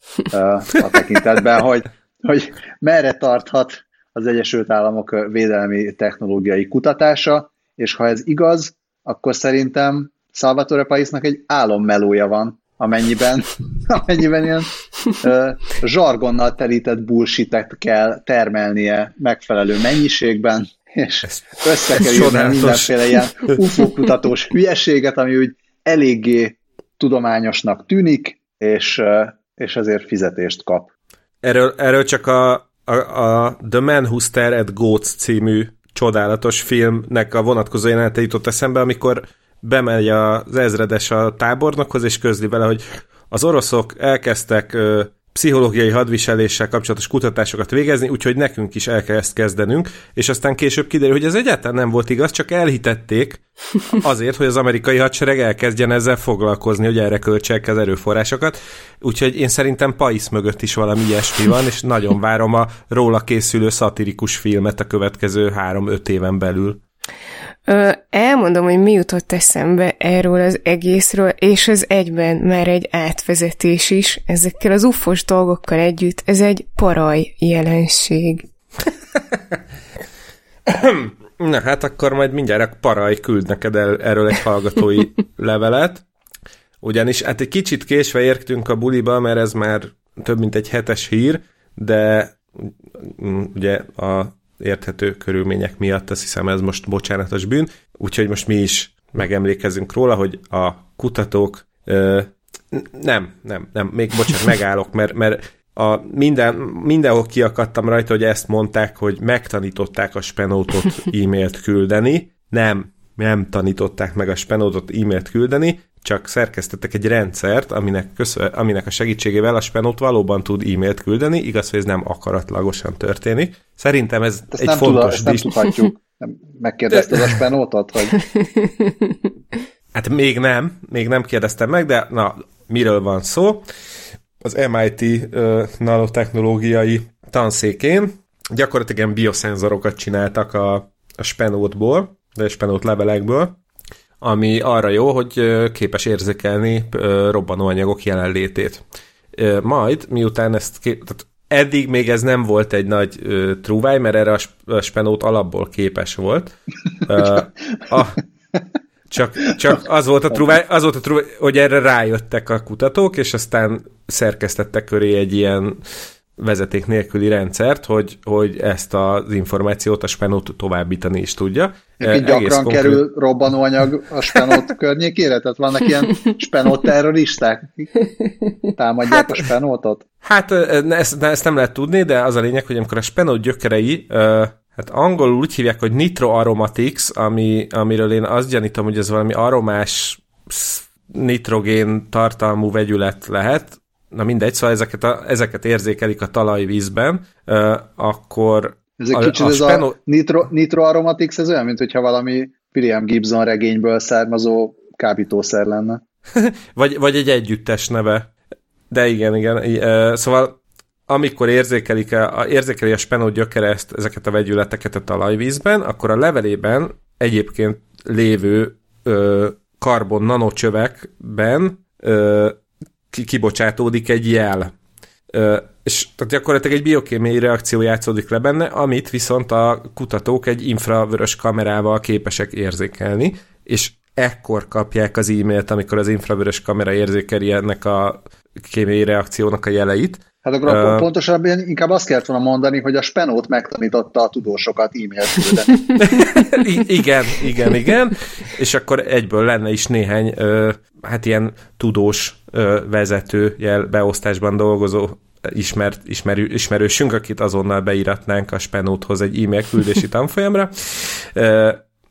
a tekintetben, hogy, hogy merre tarthat az Egyesült Államok védelmi technológiai kutatása, és ha ez igaz, akkor szerintem Salvatore Paisnak egy álommelója van, amennyiben, amennyiben ilyen ö, zsargonnal telített bullshit-et kell termelnie megfelelő mennyiségben, és összekerülni mindenféle ilyen ufó-kutatós hülyeséget, ami úgy eléggé tudományosnak tűnik, és, és ezért fizetést kap. Erről, erről csak a, a, a The Man Who Stared at Goats című csodálatos filmnek a vonatkozó jelenete jutott eszembe, amikor bemegy az ezredes a tábornokhoz, és közli vele, hogy az oroszok elkezdtek ö, pszichológiai hadviseléssel kapcsolatos kutatásokat végezni, úgyhogy nekünk is el kell ezt kezdenünk, és aztán később kiderül, hogy ez egyáltalán nem volt igaz, csak elhitették azért, hogy az amerikai hadsereg elkezdjen ezzel foglalkozni, hogy erre költsék az erőforrásokat, úgyhogy én szerintem Pais mögött is valami ilyesmi van, és nagyon várom a róla készülő szatirikus filmet a következő három-öt éven belül. Ö, elmondom, hogy mi jutott eszembe erről az egészről, és ez egyben már egy átvezetés is, ezekkel az ufos dolgokkal együtt, ez egy paraj jelenség. Na hát akkor majd mindjárt a paraj küld neked el, erről egy hallgatói levelet, ugyanis hát egy kicsit késve értünk a buliba, mert ez már több mint egy hetes hír, de ugye a érthető körülmények miatt, azt hiszem ez most bocsánatos bűn, úgyhogy most mi is megemlékezünk róla, hogy a kutatók ö, nem, nem, nem, még bocsánat, megállok, mert, mert a minden, mindenhol kiakadtam rajta, hogy ezt mondták, hogy megtanították a Spenótot e-mailt küldeni. Nem, nem tanították meg a Spenótot e-mailt küldeni, csak szerkesztettek egy rendszert, aminek, köszön, aminek a segítségével a Spenót valóban tud e-mailt küldeni, igaz, hogy ez nem akaratlagosan történik. Szerintem ez ezt egy nem fontos... Tud, ezt nem tudhatjuk. Megkérdezted a Spenótot, hogy... Hát még nem, még nem kérdeztem meg, de na, miről van szó? Az em i té uh, nanotechnológiai tanszékén gyakorlatilag ilyen bioszenzorokat csináltak a, a Spenótból, de a Spenót levelekből, ami arra jó, hogy uh, képes érzékelni uh, robbanóanyagok jelenlétét. Uh, majd, miután ezt kép... Tehát eddig még ez nem volt egy nagy uh, trúváj, mert erre a, sp- a Spenót alapból képes volt. Uh, a... Csak, csak az volt a trúváj, az volt a trúváj, hogy erre rájöttek a kutatók, és aztán szerkesztettek köré egy ilyen vezeték nélküli rendszert, hogy, hogy ezt az információt a Spenót továbbítani is tudja. Egyébként gyakran konkrét... kerül robbanóanyag a Spenót környékére? Tehát vannak ilyen Spenót terroristák, támadják hát, a Spenótot? Hát ezt, ezt nem lehet tudni, de az a lényeg, hogy amikor a Spenót gyökerei... Hát angolul úgy hívják, hogy nitroaromatics, ami, amiről én azt gyanítom, hogy ez valami aromás nitrogén tartalmú vegyület lehet. Na mindegy, szóval ezeket, a, ezeket érzékelik a talajvízben, uh, akkor... Ez egy kicsit a ez spenó... a nitro, nitroaromatics, ez olyan, mint hogyha valami William Gibson regényből származó kábítószer lenne. vagy, vagy egy együttes neve. De igen, igen. Uh, szóval amikor érzékelik a, érzékeli a Spenót gyökere ezt, ezeket a vegyületeket a talajvízben, akkor a levelében egyébként lévő ö, karbon nanocsövekben ö, kibocsátódik egy jel. Ö, és tehát gyakorlatilag egy biokémiai reakció játszódik le benne, amit viszont a kutatók egy infravörös kamerával képesek érzékelni, és ekkor kapják az e-mailt, amikor az infravörös kamera érzékeli ennek a kémiai reakciónak a jeleit. Hát akkor uh, pontosabban inkább azt kellett volna mondani, hogy a Spenót megtanította a tudósokat e-mailt küldeni. I- igen, igen, igen. És akkor egyből lenne is néhány uh, hát ilyen tudós uh, vezető jel beosztásban dolgozó ismert, ismerő, ismerősünk, akit azonnal beíratnánk a Spenóthoz egy e-mail küldési tanfolyamra. Uh,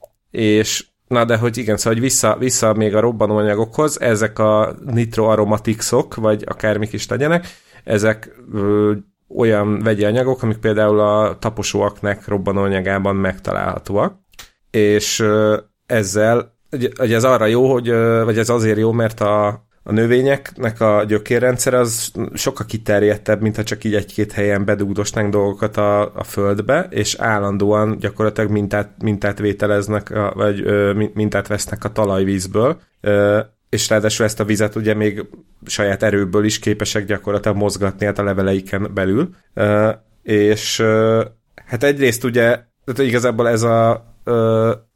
és na de hogy igen, szóval hogy vissza, vissza még a robbanóanyagokhoz, ezek a nitroaromaticsok, vagy akármik is legyenek, ezek ö, olyan vegyi anyagok, amik például a taposóaknak robbanóanyagában megtalálhatóak, és ö, ezzel, ugye ez arra jó, hogy, ö, vagy ez azért jó, mert a, a növényeknek a gyökérrendszer az sokkal kiterjedtebb, mintha csak így egy-két helyen bedugdosnánk dolgokat a, a földbe, és állandóan gyakorlatilag mintát, mintát vételeznek, a, vagy ö, mintát vesznek a talajvízből, ö, és ráadásul ezt a vizet ugye még saját erőből is képesek gyakorlatilag mozgatni hát a leveleiken belül. Uh, és uh, hát egyrészt ugye, tehát igazából ez a uh,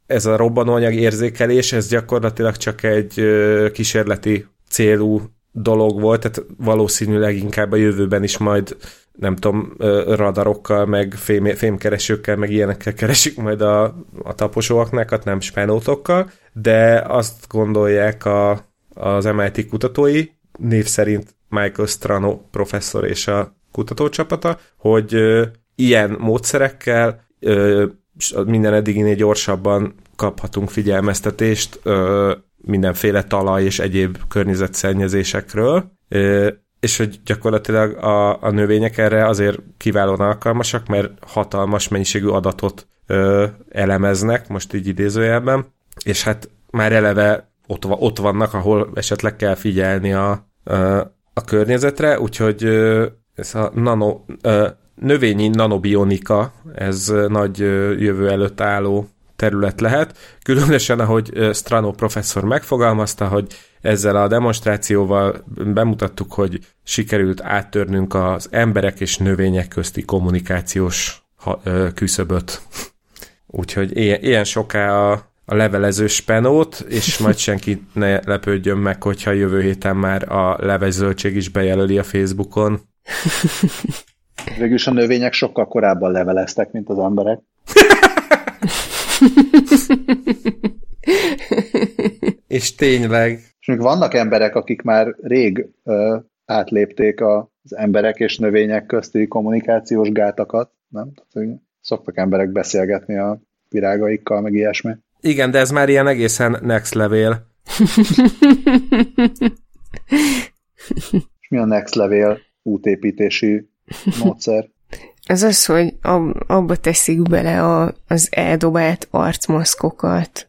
ez a robbanóanyag érzékelés, ez gyakorlatilag csak egy kísérleti célú dolog volt, tehát valószínűleg inkább a jövőben is majd nem tudom, radarokkal, meg fém, fémkeresőkkel, meg ilyenekkel keresik majd a, a taposóaknákat, nem spenótokkal, de azt gondolják a, az em i té kutatói, név szerint Michael Strano professzor és a kutatócsapata, hogy ö, ilyen módszerekkel ö, minden eddiginél gyorsabban kaphatunk figyelmeztetést ö, mindenféle talaj és egyéb környezetszennyezésekről, ö, és hogy gyakorlatilag a, a növények erre azért kiválóan alkalmasak, mert hatalmas mennyiségű adatot ö, elemeznek, most így idézőjelben, és hát már eleve ott, ott vannak, ahol esetleg kell figyelni a, a, a környezetre, úgyhogy ö, ez a nano, ö, növényi nanobionika, ez nagy ö, jövő előtt álló terület lehet, különösen ahogy Strano professzor megfogalmazta, hogy ezzel a demonstrációval bemutattuk, hogy sikerült áttörnünk az emberek és növények közti kommunikációs küszöböt. Úgyhogy ilyen, ilyen soká a, a levelező spenót, és majd senki ne lepődjön meg, hogyha jövő héten már a levezöltség is bejelöli a Facebookon. Végülis a növények sokkal korábban leveleztek, mint az emberek. És tényleg. És még vannak emberek, akik már rég ö, átlépték az emberek és növények közti kommunikációs gátakat, nem? Tehát, szoktak emberek beszélgetni a virágaikkal, meg ilyesmi. Igen, de ez már ilyen egészen next level. És mi a next level útépítési módszer? Ez az, hogy ab, abba teszik bele a, az eldobált arcmaszkokat.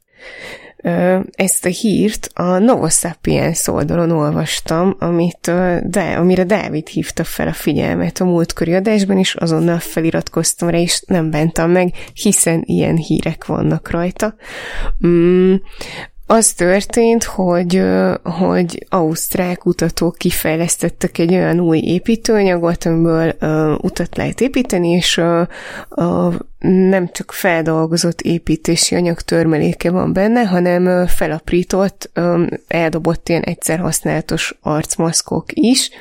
Ezt a hírt a Novo Sapiens oldalon olvastam, amit, de, amire Dávid hívta fel a figyelmet a múltkori adásban, és azonnal feliratkoztam rá, és nem bántam meg, hiszen ilyen hírek vannak rajta. Mm, az történt, hogy, hogy ausztrál kutatók kifejlesztettek egy olyan új építőanyagot, amiből uh, utat lehet építeni, és uh, uh, nem csak feldolgozott építési anyag törmeléke van benne, hanem uh, felaprított, um, eldobott ilyen egyszer használatos arcmaszkok is.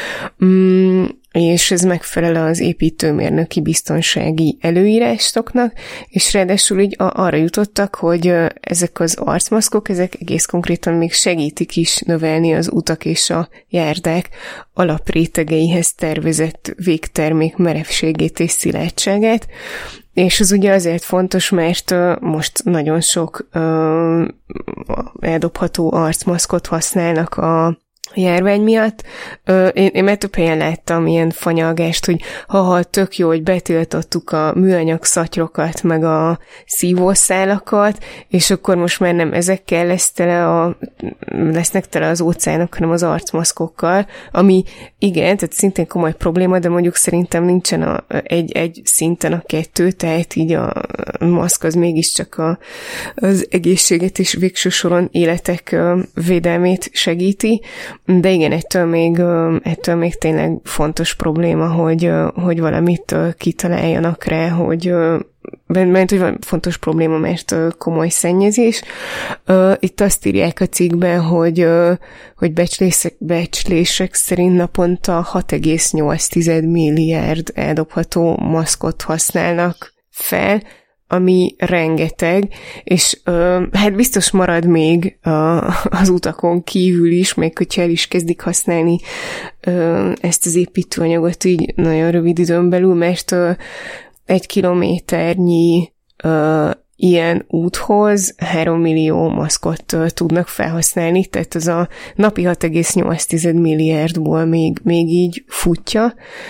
Um, és ez megfelel az építőmérnöki biztonsági előírásoknak, és ráadásul így arra jutottak, hogy ezek az arcmaszkok, ezek egész konkrétan még segítik is növelni az utak és a járdák alaprétegeihez tervezett végtermék merevségét és szilárdságát, és ez ugye azért fontos, mert uh, most nagyon sok uh, eldobható arcmaszkot használnak a járvány miatt. Én, én már több helyen láttam ilyen fanyalgást, hogy ha tök jó, hogy betiltottuk a műanyag szatyrokat, meg a szívószálakat, és akkor most már nem ezekkel lesz tele a, lesznek tele az óceánok, hanem az arcmaszkokkal, ami igen, tehát szintén komoly probléma, de mondjuk szerintem nincsen a, egy, egy szinten a kettő, tehát így a maszk az mégiscsak a, az egészséget és végső soron életek védelmét segíti. De igen, ettől még, ettől még tényleg fontos probléma, hogy, hogy valamit kitaláljanak rá, hogy mert hogy van fontos probléma, mert komoly szennyezés. Itt azt írják a cikkben, hogy, hogy becslések, becslések szerint naponta hat egész nyolc milliárd eldobható maszkot használnak fel, ami rengeteg, és ö, hát biztos marad még ö, az utakon kívül is, még hogyha el is kezdik használni ö, ezt az építőanyagot így nagyon rövid időn belül, mert ö, egy kilométernyi ö, ilyen úthoz három millió maszkot ö, tudnak felhasználni, tehát az a napi hat egész nyolc milliárdból még, még így futja.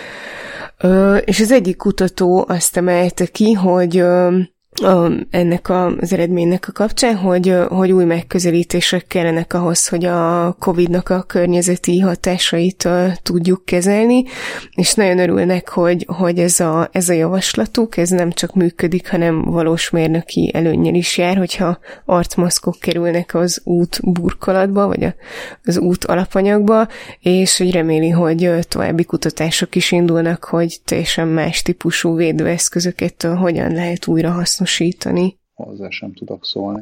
Ö, és az egyik kutató azt emelte ki, hogy ö, a, ennek a, az eredménynek a kapcsán, hogy, hogy új megközelítések kellenek ahhoz, hogy a Covidnak a környezeti hatásait uh, tudjuk kezelni, és nagyon örülnek, hogy, hogy ez, a, ez a javaslatuk, ez nem csak működik, hanem valós mérnöki előnnyel is jár, hogyha arcmaszkok kerülnek az út burkolatba, vagy a, az út alapanyagba, és hogy reméli, hogy további kutatások is indulnak, hogy teljesen más típusú védőeszközöket hogyan lehet újra hasznosítani. hozzá sem tudok szólni.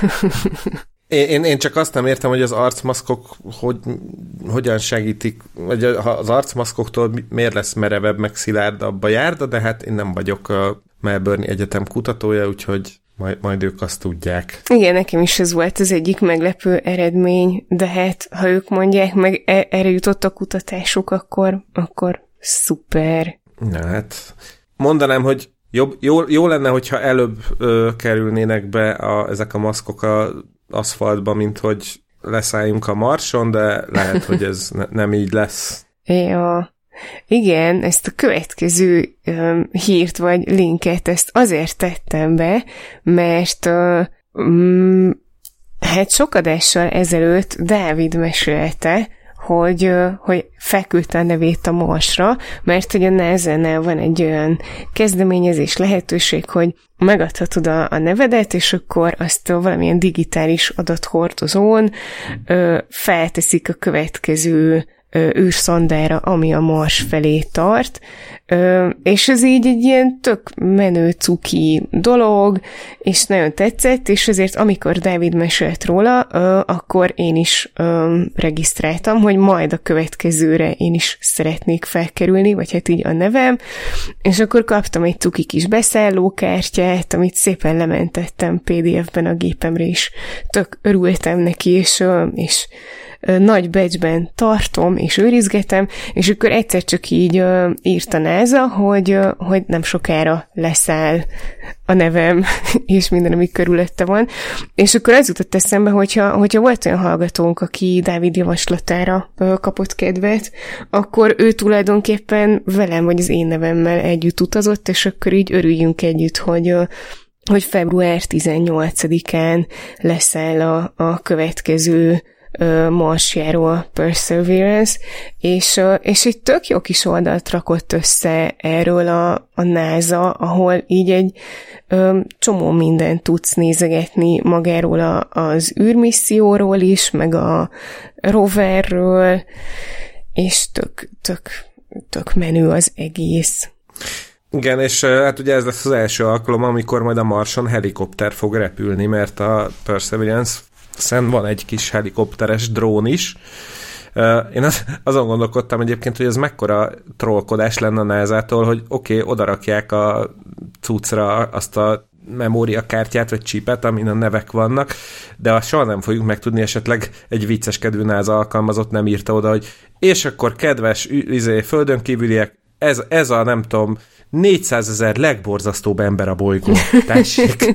Én, én, én csak azt nem értem, hogy az arcmaszkok hogy, hogyan segítik, vagy az arcmaszkoktól miért lesz merevebb, meg szilárdabb a járda, de hát én nem vagyok a Melbourne Egyetem kutatója, úgyhogy majd, majd ők azt tudják. Igen, nekem is ez volt az egyik meglepő eredmény, de hát ha ők mondják, meg erre jutott a kutatásuk, akkor, akkor szuper. Na hát, mondanám, hogy jobb, jó, jó lenne, hogyha előbb ö, kerülnének be a, ezek a maszkok a aszfaltba, mint hogy leszálljunk a Marson, de lehet, hogy ez ne, nem így lesz. Ja, igen, ezt a következő um, hírt vagy linket, ezt azért tettem be, mert uh, um, hát sok adással ezelőtt Dávid mesélte, hogy, hogy felküldte a nevét a Marsra, mert hogy a NASA-nál van egy olyan kezdeményezés, lehetőség, hogy megadhatod a, a nevedet, és akkor azt valamilyen digitális adathordozón ö, felteszik a következő ö, űrszondára, ami a Mars felé tart, ö, és ez így egy ilyen tök menő cuki dolog, és nagyon tetszett, és ezért amikor Dávid mesélt róla, ö, akkor én is ö, regisztráltam, hogy majd a következőre én is szeretnék felkerülni, vagy hát így a nevem, és akkor kaptam egy cuki kis beszállókártyát, amit szépen lementettem pé dé ef-ben a gépemre is. Tök örültem neki, és, és nagy badge-ben tartom, és őrizgetem, és akkor egyszer csak így uh, írt a NASA, hogy, uh, hogy nem sokára leszáll a nevem, és minden, ami körülötte van. És akkor az jutott eszembe, hogyha, hogyha volt olyan hallgatónk, aki Dávid javaslatára uh, kapott kedvet, akkor ő tulajdonképpen velem, vagy az én nevemmel együtt utazott, és akkor így örüljünk együtt, hogy uh, hogy február tizennyolcadikán leszáll a, a következő marsjáró Perseverance, és, és egy tök jó kis oldalt rakott össze erről a, a NASA, ahol így egy ö, csomó mindent tudsz nézegetni magáról a, az űrmisszióról is, meg a roverről, és tök, tök, tök menő az egész. Igen, és hát ugye ez lesz az első alkalom, amikor majd a Marson helikopter fog repülni, mert a Perseverance Aztán van egy kis helikopteres drón is. Én azon gondolkodtam egyébként, hogy ez mekkora trollkodás lenne a NASA-tól, hogy oké, okay, odarakják a cuccra azt a memóriakártyát, vagy csipet, amin a nevek vannak, de azt soha nem fogjuk megtudni, esetleg egy vicceskedő NASA alkalmazott nem írta oda, hogy és akkor kedves izé, földön kívüliek, ez, ez a nem tudom, négyszázezer legborzasztóbb ember a bolygón. Tessék!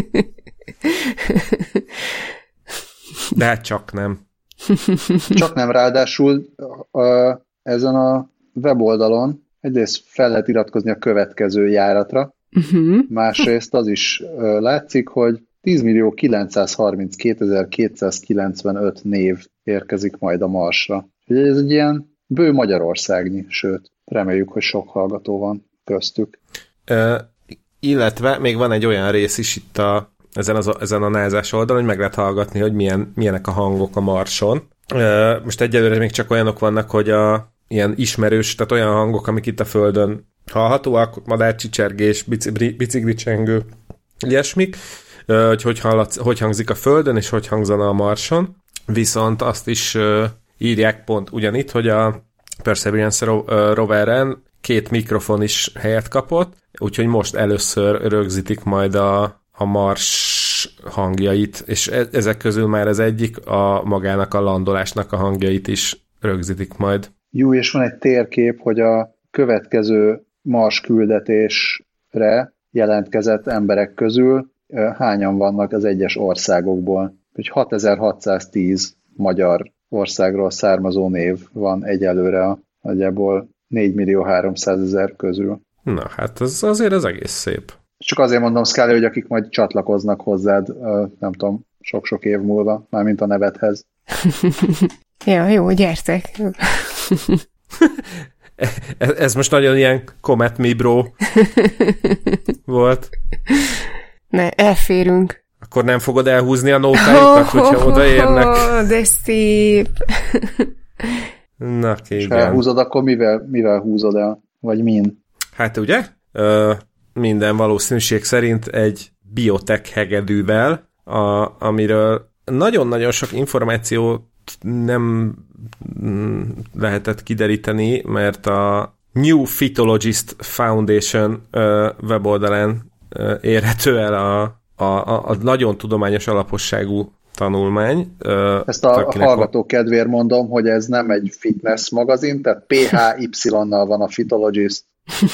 De hát csak nem. Csak nem, ráadásul a, ezen a weboldalon egyrészt fel lehet iratkozni a következő járatra, uh-huh. Másrészt az is uh, látszik, hogy tízmillió kilencszázharminckétezer-kétszázkilencvenöt név érkezik majd a Marsra. Úgyhogy ez egy ilyen bő Magyarországnyi, sőt, reméljük, hogy sok hallgató van köztük. Uh, illetve még van egy olyan rész is itt a ezen, az, ezen a názás oldalon, hogy meg lehet hallgatni, hogy milyen, milyenek a hangok a Marson. Most egyelőre még csak olyanok vannak, hogy a ilyen ismerős, tehát olyan hangok, amik itt a Földön hallhatóak, madárcsicsergés, biciklicsengő, ilyesmik, hogy hogy, hallatsz, hogy hangzik a Földön, és hogy hangzana a Marson. Viszont azt is írják pont ugyanitt, hogy a Perseverance roveren két mikrofon is helyet kapott, úgyhogy most először rögzítik majd a a Mars hangjait, és e- ezek közül már az egyik a magának a landolásnak a hangjait is rögzítik majd. Jó, és van egy térkép, hogy a következő Mars küldetésre jelentkezett emberek közül hányan vannak az egyes országokból. Hogy hatezer-hatszáztíz magyar országról származó név van egyelőre a nagyjából négymillió háromszázezer közül. Na, hát ez azért az egész szép. Csak azért mondom, Scully, hogy akik majd csatlakoznak hozzád, nem tudom, sok-sok év múlva, mármint a nevedhez. Ja, jó, gyertek. ez, ez most nagyon ilyen Comet Me Bro volt. Ne, elférünk. Akkor nem fogod elhúzni a nótájukat, oh, hogyha odaérnek. Oh, de szép. Na, és ha elhúzod, akkor mivel, mivel húzod el? Vagy min? Hát ugye? Ö, minden valószínűség szerint egy biotech hegedűvel, a, amiről nagyon-nagyon sok információt nem lehetett kideríteni, mert a New Phytologist Foundation uh, weboldalán uh, érhető el a, a, a nagyon tudományos alaposságú tanulmány. Uh, Ezt a hallgató kedvéért mondom, hogy ez nem egy fitness magazin, tehát pé há ipszilonnal van a Phytologist.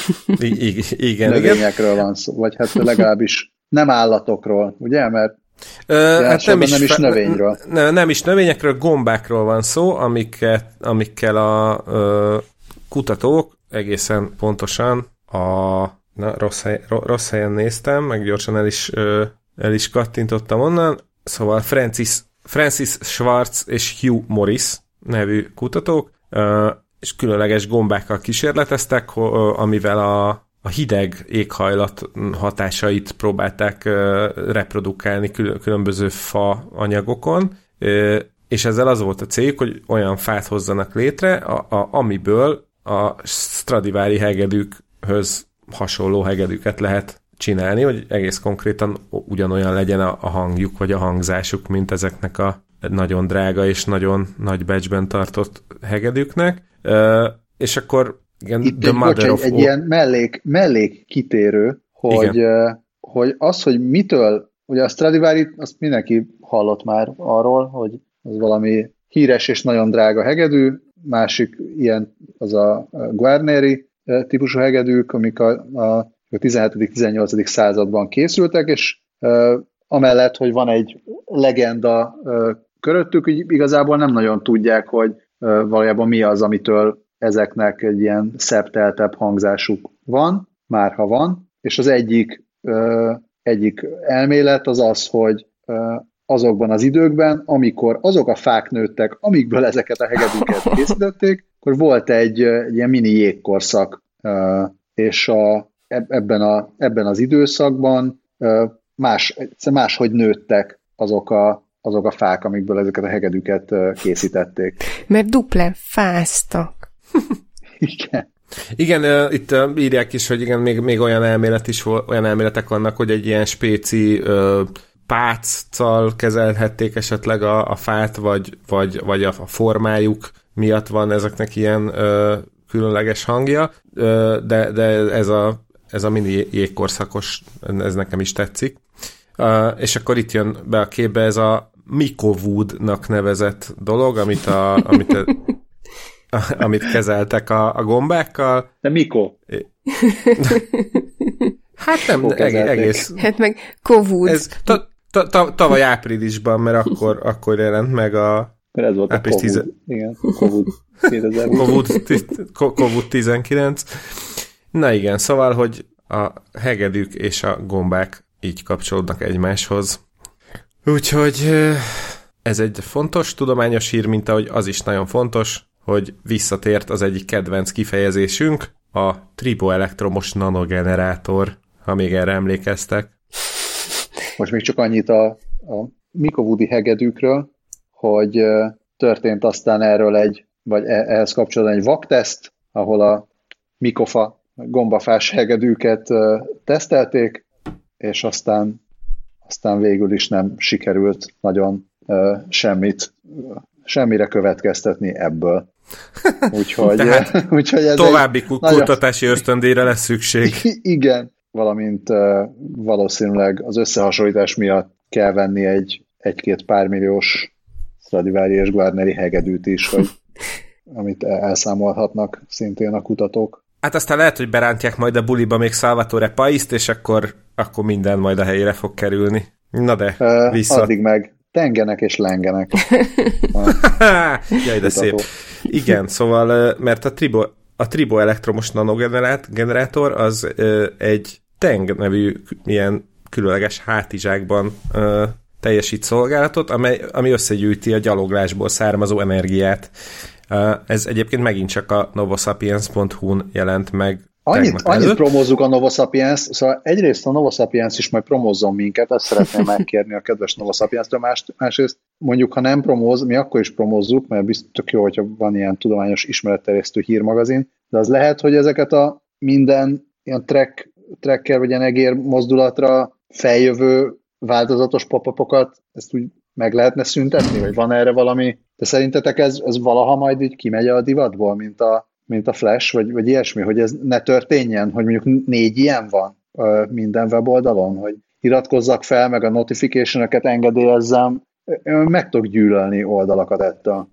I- I- igen, növényekről igen. van szó, vagy hát legalábbis nem állatokról, ugye? Mert Ö, hát nem, is nem is növényről. Ne, nem is növényekről, gombákról van szó, amiket, amikkel a ö, kutatók egészen pontosan a na, rossz, hely, rossz helyen néztem, meg gyorsan el is, ö, el is kattintottam onnan, szóval Francis, Francis Schwartz és Hugh Morris nevű kutatók, ö, és különleges gombákkal kísérleteztek, amivel a, a hideg éghajlat hatásait próbálták reprodukálni különböző fa anyagokon, és ezzel az volt a céljuk, hogy olyan fát hozzanak létre, a, a, amiből a Stradivari hegedűkhöz hasonló hegedűket lehet csinálni, hogy egész konkrétan ugyanolyan legyen a, a hangjuk, vagy a hangzásuk, mint ezeknek a nagyon drága és nagyon nagy becsben tartott hegedűknek. Uh, és akkor igen, itt the egy, mother bocs, of egy all... ilyen mellék, mellék kitérő, hogy, uh, hogy az, hogy mitől, ugye a Stradivari, azt mindenki hallott már arról, hogy az valami híres és nagyon drága hegedű, másik ilyen az a Guarneri típusú hegedűk, amik a, a tizenhetedik-tizennyolcadik században készültek, és uh, amellett, hogy van egy legenda uh, köröttük, hogy igazából nem nagyon tudják, hogy uh, valójában mi az, amitől ezeknek egy ilyen szebb, teltebb hangzásuk van, már ha van, és az egyik, uh, egyik elmélet az az, hogy uh, azokban az időkben, amikor azok a fák nőttek, amikből ezeket a hegedűket készítették, akkor volt egy, egy ilyen mini jégkorszak, uh, és a, ebben, a, ebben az időszakban uh, más, máshogy nőttek azok a azok a fák, amikből ezeket a hegedűket készítették. Mert duplán fáztak. Igen. Igen, uh, itt uh, írják is, hogy igen, még, még olyan elmélet is, olyan elméletek vannak, hogy egy ilyen spéci uh, páccal kezelhették esetleg a, a fát, vagy, vagy, vagy a, a formájuk miatt van ezeknek ilyen uh, különleges hangja, uh, de, de ez a, ez a mini jégkorszakos, ez nekem is tetszik. Uh, és akkor itt jön be a képbe ez a Mykowood-nak nevezett dolog, amit, a, amit, a, a, amit kezeltek a, a gombákkal. De mikor? Hát nem, egész, egész. Hát meg Kovud. Ez ta, ta, ta, tavaly áprilisban, mert akkor, akkor jelent meg a... Mert ez volt a Kovud. Tizen... Igen, Kovud Kovud tizenkilenc. Na igen, szóval, hogy a hegedűk és a gombák így kapcsolódnak egymáshoz. Úgyhogy ez egy fontos tudományos hír, mint ahogy az is nagyon fontos, hogy visszatért az egyik kedvenc kifejezésünk, a triboelektromos nanogenerátor, ha még erre emlékeztek. Most még csak annyit a, a Mykowoodi hegedűkről, hogy történt aztán erről egy, vagy ehhez kapcsolatban egy vakteszt, ahol a mikofa gombafás hegedűket tesztelték, és aztán, aztán végül is nem sikerült nagyon uh, semmit, uh, semmire következtetni ebből. Úgyhogy, úgyhogy ez további kutatási nagyon... ösztöndíjra lesz szükség. Igen, valamint uh, valószínűleg az összehasonlítás miatt kell venni egy egy-két pármilliós Stradivari és Guarneri hegedűt is, hogy, amit elszámolhatnak szintén a kutatók. Hát aztán lehet, hogy berántják majd a buliba még Salvatore Paist, és akkor, akkor minden majd a helyére fog kerülni. Na de, uh, vissza. Addig meg tengenek és lengenek. Jaj, de szép. Igen, szóval, mert a, tribo, a triboelektromos nanogenerátor az uh, egy Teng nevű ilyen különleges hátizsákban uh, teljesít szolgálatot, amely, ami összegyűjti a gyaloglásból származó energiát. Uh, ez egyébként megint csak a novosapiens pont hu-n jelent meg. Annyit, annyit promózzuk a Novo Sapiens, szóval egyrészt a Novo Sapiens is majd promózzon minket, ezt szeretném megkérni a kedves Novo Sapiens-től, más, másrészt mondjuk, ha nem promóz, mi akkor is promózzuk, mert biztos tök jó, hogyha van ilyen tudományos ismeretterjesztő hírmagazin, de az lehet, hogy ezeket a minden ilyen track, tracker vagy ilyen egér mozdulatra feljövő változatos pop-upokat, ezt úgy meg lehetne szüntetni, vagy van erre valami, de szerintetek ez, ez valaha majd így kimegy a divatból, mint a, mint a Flash, vagy, vagy ilyesmi, hogy ez ne történjen, hogy mondjuk négy ilyen van minden weboldalon, hogy iratkozzak fel, meg a notification-öket engedélyezzem, meg tudok gyűlölni oldalakat ettől.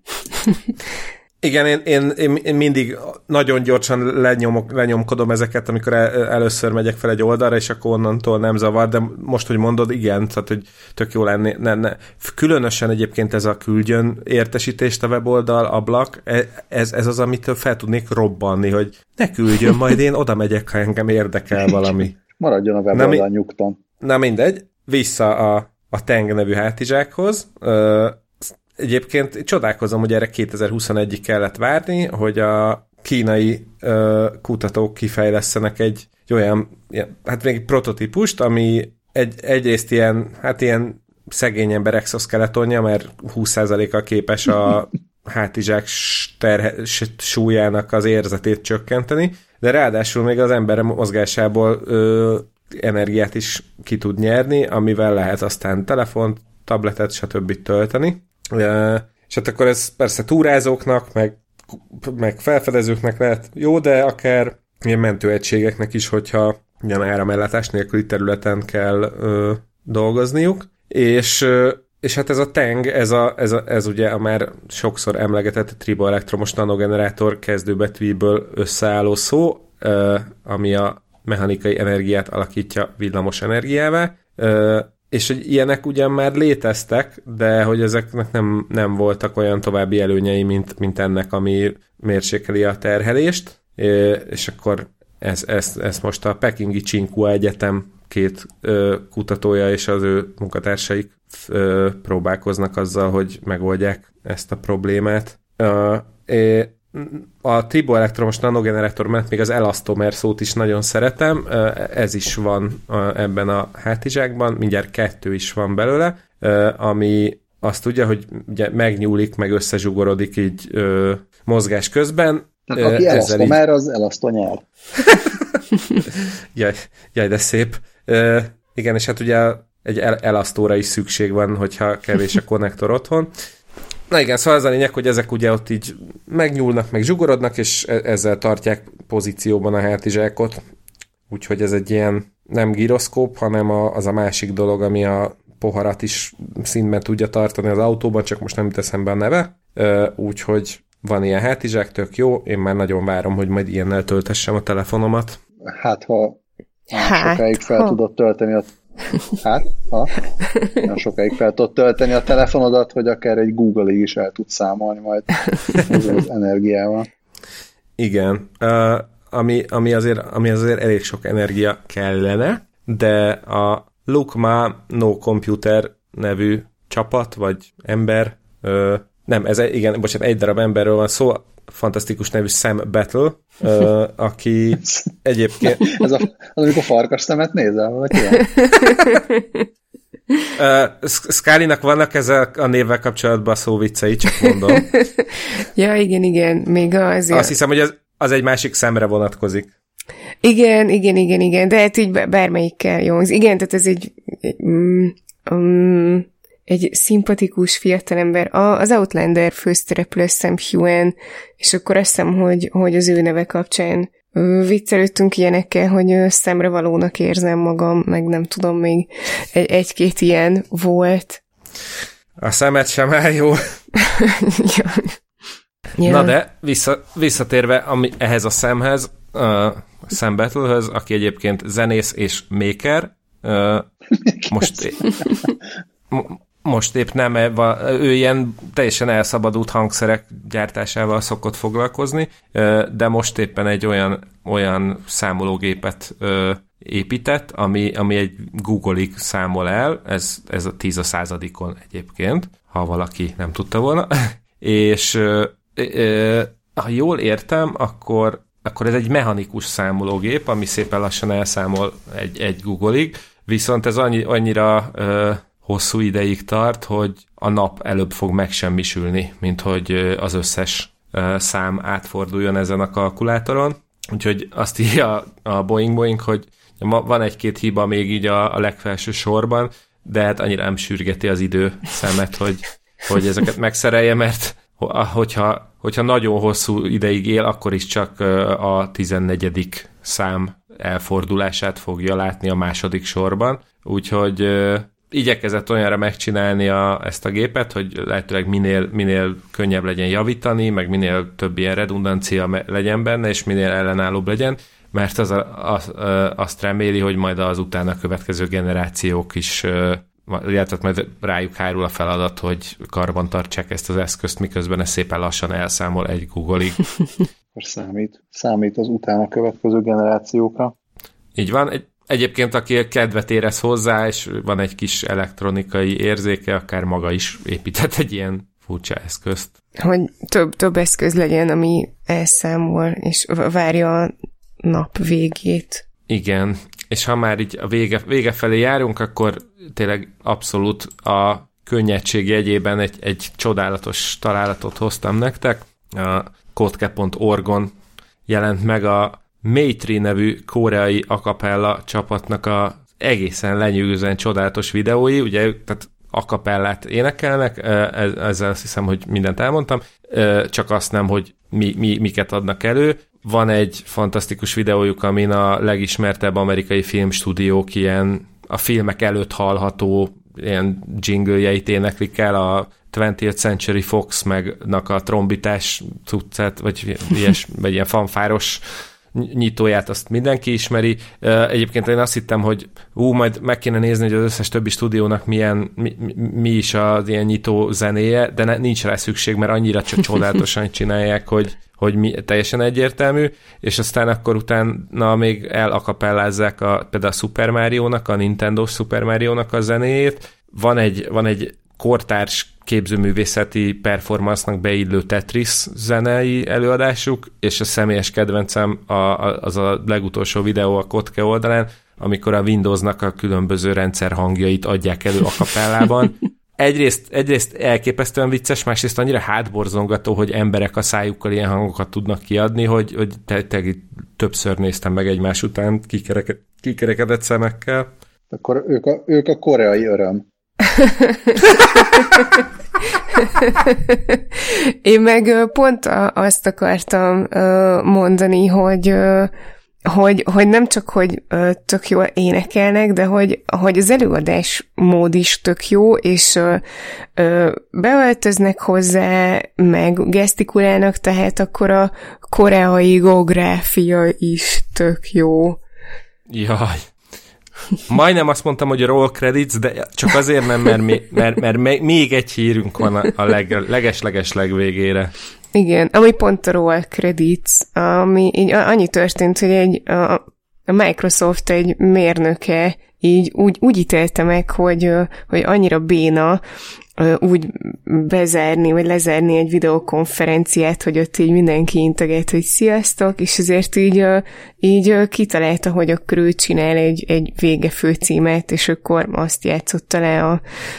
Igen, én, én, én, én mindig nagyon gyorsan lenyomok, lenyomkodom ezeket, amikor el, először megyek fel egy oldalra, és akkor onnantól nem zavar, de most, hogy mondod, igen, tehát, hogy tök jó lenni. Ne, ne. Különösen egyébként ez a küldjön értesítést a weboldal, ablak, ez, ez az, amitől fel tudnék robbanni, hogy ne küldjön, majd én oda megyek, ha engem érdekel valami. Maradjon a weboldal na, nyugton. Na mindegy, vissza a, a Teng nevű hátizsákhoz. Egyébként csodálkozom, hogy erre kétezer-huszonegyig kellett várni, hogy a kínai ö, kutatók kifejlesztenek egy, egy olyan, hát még egy prototípust, ami egy, egyrészt ilyen, hát ilyen szegény ember exoskeletonja, mert húsz százalékkal képes a hátizsák terhe, súlyának az érzetét csökkenteni, de ráadásul még az ember mozgásából ö, energiát is ki tud nyerni, amivel lehet aztán telefont, tabletet, stb. Tölteni. Uh, és hát akkor ez persze túrázóknak, meg, meg felfedezőknek lehet jó, de akár ilyen mentőegységeknek is, hogyha ilyen áramellátás nélküli területen kell uh, dolgozniuk. És, uh, és hát ez a Teng, ez, a, ez, a, ez ugye a már sokszor emlegetett triboelektromos nanogenerátor kezdőbetűiből összeálló szó, uh, ami a mechanikai energiát alakítja villamos energiává. Uh, és hogy ilyenek ugyan már léteztek, de hogy ezeknek nem, nem voltak olyan további előnyei, mint, mint ennek, ami mérsékeli a terhelést, és akkor ez, ez, ez most a Pekingi Tsinghua Egyetem két ö, kutatója és az ő munkatársaik ö, próbálkoznak azzal, hogy megoldják ezt a problémát. Ö, é, a triboelektromos nanogenerátor mellett még az elastomer szót is nagyon szeretem, ez is van ebben a hátizsákban, mindjárt kettő is van belőle, ami azt tudja, hogy ugye megnyúlik, meg összezsugorodik így mozgás közben. Tehát aki elasztomer, így... az elasztonyár. jaj, jaj, de szép. Igen, és hát ugye egy elasztóra is szükség van, hogyha kevés a konnektor otthon. Na igen, szóval az a lényeg, hogy ezek ugye ott így megnyúlnak, meg zsugorodnak, és ezzel tartják pozícióban a hátizsákot. Úgyhogy ez egy ilyen nem gyroszkóp, hanem a, az a másik dolog, ami a poharat is szintben tudja tartani az autóban, csak most nem jut eszembe a neve. Úgyhogy van ilyen hátizsák, tök jó. Én már nagyon várom, hogy majd ilyennel töltessem a telefonomat. Hát, ha hát, sokáig fel ha. tudod tölteni a Hát, ha nem sokáig fel tudod tölteni a telefonodat, hogy akár egy Google-ig is el tudsz számolni majd az energiával. Igen, uh, ami, ami, azért, ami azért elég sok energia kellene, de a Lukma No Computer nevű csapat, vagy ember, uh, nem, ez igen, bocsánat, egy darab emberről van szó, fantasztikus nevű Sam Battle, uh, aki egyébként... Ez a, az, amikor farkas szemet nézel, vagy ilyen? Uh, Scullynak vannak ezzel a névvel kapcsolatban a szóviccei, csak mondom. Ja, igen, igen, még azért... Azt hiszem, hogy az, az egy másik szemre vonatkozik. Igen, igen, igen, igen, de hát így bármelyikkel jó. Igen, tehát ez egy... Um, um, egy szimpatikus fiatalember, az Outlander főszereplő Sam Heughan, és akkor azt hiszem, hogy, hogy az ő neve kapcsán viccelődtünk ilyenekkel, hogy szemre valónak érzem magam, meg nem tudom, még egy, egy-két ilyen volt. A szemed sem áll jó. ja. Ja. Na de, vissza, visszatérve ami, ehhez a szemhez, uh, Sam Battlehöz, aki egyébként zenész és maker, uh, most... Most épp nem, ő ilyen teljesen elszabadult hangszerek gyártásával szokott foglalkozni, de most éppen egy olyan, olyan számológépet épített, ami, ami egy Google-ig számol el, ez, ez a tíz a századikon egyébként, ha valaki nem tudta volna, és ha jól értem, akkor, akkor ez egy mechanikus számológép, ami szépen lassan elszámol egy, egy Google-ig, viszont ez annyi, annyira hosszú ideig tart, hogy a nap előbb fog megsemmisülni, mint hogy az összes szám átforduljon ezen a kalkulátoron. Úgyhogy azt írja a Boeing Boeing, hogy van egy-két hiba még így a, a legfelső sorban, de hát annyira nem sürgeti az idő szemet, hogy, hogy ezeket megszerelje, mert hogyha, hogyha nagyon hosszú ideig él, akkor is csak a tizennegyedik szám elfordulását fogja látni a második sorban. Úgyhogy igyekezett olyanra megcsinálni a, ezt a gépet, hogy lehetőleg minél, minél könnyebb legyen javítani, meg minél több ilyen redundancia legyen benne, és minél ellenállóbb legyen, mert az a, az, azt reméli, hogy majd az utána következő generációk is, illetve majd rájuk hárul a feladat, hogy karban tartsák ezt az eszközt, miközben ez szépen lassan elszámol egy Google-ig. Számít. Számít az utána következő generációkra. Így van. Egy, egyébként, aki kedvet érez hozzá, és van egy kis elektronikai érzéke, akár maga is épített egy ilyen furcsa eszközt. Hogy több, több eszköz legyen, ami elszámol, és várja a nap végét. Igen, és ha már így a vége, vége felé járunk, akkor tényleg abszolút a könnyedség jegyében egy, egy csodálatos találatot hoztam nektek. A kotke pont org-on jelent meg a Maytree nevű koreai acapella csapatnak a egészen lenyűgözően csodálatos videói, ugye tehát acapellát énekelnek, ezzel azt hiszem, hogy mindent elmondtam, csak azt nem, hogy mi, mi, miket adnak elő. Van egy fantasztikus videójuk, amin a legismertebb amerikai filmstúdiók ilyen a filmek előtt hallható ilyen jingle-jeit éneklik el, a twentieth Century Fox megnak a trombitás cuccát, vagy, ilyes, vagy ilyen fanfáros nyitóját, azt mindenki ismeri. Egyébként én azt hittem, hogy ú, majd meg kéne nézni, hogy az összes többi stúdiónak milyen, mi, mi is az ilyen nyitó zenéje, de ne, nincs rá szükség, mert annyira csak csodálatosan csinálják, hogy, hogy mi, teljesen egyértelmű, és aztán akkor utána még elakapellázzák a, például a Super Mario-nak, a Nintendo Super Mario-nak a zenéjét. Van egy, van egy kortárs képzőművészeti performance-nak beillő Tetris zenei előadásuk, és a személyes kedvencem a, a, az a legutolsó videó a Kotke oldalán, amikor a Windowsnak a különböző rendszer hangjait adják elő a kapellában. Egyrészt, egyrészt elképesztően vicces, másrészt annyira hátborzongató, hogy emberek a szájukkal ilyen hangokat tudnak kiadni, hogy, hogy te, te, többször néztem meg egymás után kikereke, kikerekedett szemekkel. Akkor ők a, ők a koreai öröm. Én meg pont azt akartam mondani, hogy, hogy, hogy nem csak, hogy tök jól énekelnek, de hogy, hogy az előadás mód is tök jó, és beöltöznek hozzá, meg gesztikulálnak, tehát akkor a koreai geográfia is tök jó. Jaj. Majdnem azt mondtam, hogy roll credits, de csak azért nem, mert, mert, mert, mert még egy hírünk van a leg, leges-leges legvégére. Igen, ami pont a roll credits, ami így annyi történt, hogy egy, a, a Microsoft egy mérnöke így úgy, úgy ítélte meg, hogy, hogy annyira béna úgy bezárni, vagy lezárni egy videokonferenciát, hogy ott így mindenki integet, hogy sziasztok, és ezért így, így kitalálta, hogy akkor ő csinál egy, egy vége főcímet, és akkor azt játszotta le a,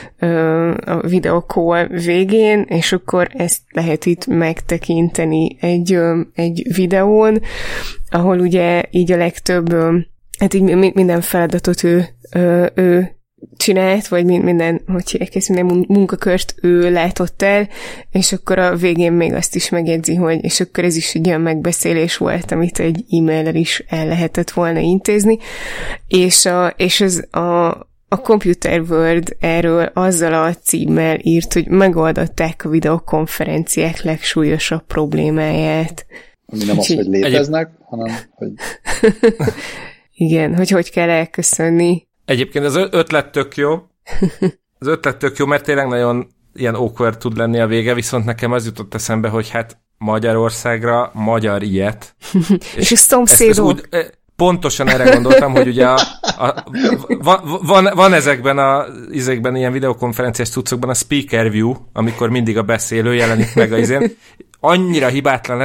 a videokól végén, és akkor ezt lehet itt megtekinteni egy, egy videón, ahol ugye így a legtöbb, hát így minden feladatot ő, ő csinált, vagy minden, hogy hívják ezt, minden munkakört ő látott el, és akkor a végén még azt is megjegyzi, hogy és akkor ez is egy olyan megbeszélés volt, amit egy e-maillel is el lehetett volna intézni, és, a, és az a, a Computer World erről azzal a címmel írt, hogy megoldották a videokonferenciák legsúlyosabb problémáját. Ami nem az, hogy léteznek, hanem, hogy... Igen, hogy hogy kell elköszönni. Egyébként az ötlet tök jó. Az ötlet tök jó, mert tényleg nagyon ilyen awkward tud lenni a vége, viszont nekem az jutott eszembe, hogy hát Magyarországra magyar ilyet. És, és a szomszédok. Pontosan erre gondoltam, hogy ugye a, a, van, van, van ezekben a izékben, ilyen videokonferenciás cuccokban a speaker view, amikor mindig a beszélő jelenik meg a izén. Annyira hibátlan lenne,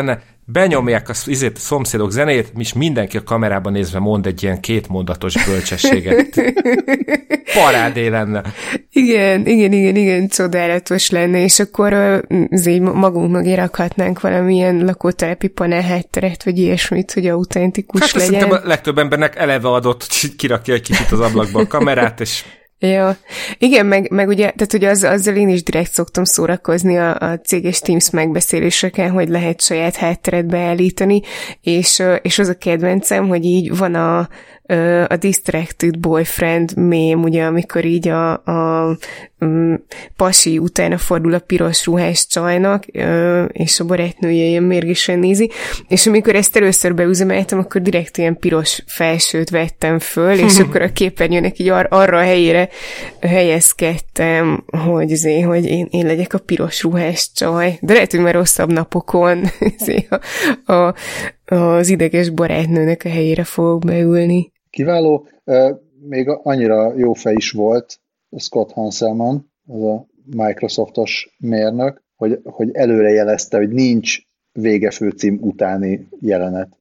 benyomják a, izét, a szomszédok zenét, és mindenki a kamerában nézve mond egy ilyen kétmondatos bölcsességet. Parádé lenne. Igen, igen, igen, igen, csodálatos lenne, és akkor azért magunk mögé rakhatnánk valamilyen lakótelepi panel hátteret, vagy ilyesmit, hogy autentikus hát legyen. Hát a legtöbb embernek eleve adott, kirakja egy kicsit az ablakba a kamerát, és ja, igen, meg, meg ugye, tehát ugye az, azzal én is direkt szoktam szórakozni a, a céges Teams megbeszéléseken, hogy lehet saját hátteret beállítani, és, és az a kedvencem, hogy így van a, a distracted boyfriend mém, ugye, amikor így a, a um, pasi utána fordul a piros ruhás csajnak, és a barátnője ilyen mérgesen nézi, és amikor ezt először beüzemeltem, akkor direkt ilyen piros felsőt vettem föl, és akkor a képernyőnek így ar- arra a helyére helyezkedtem, hogy, azért, hogy én, én legyek a piros ruhás csaj. De lehet, hogy már rosszabb napokon a, a, az ideges barátnőnek a helyére fogok beülni. Kiváló. Még annyira jó fej is volt Scott Hanselman, az a Microsoftos mérnök, hogy, hogy előre jelezte, hogy nincs vége főcím utáni jelenet.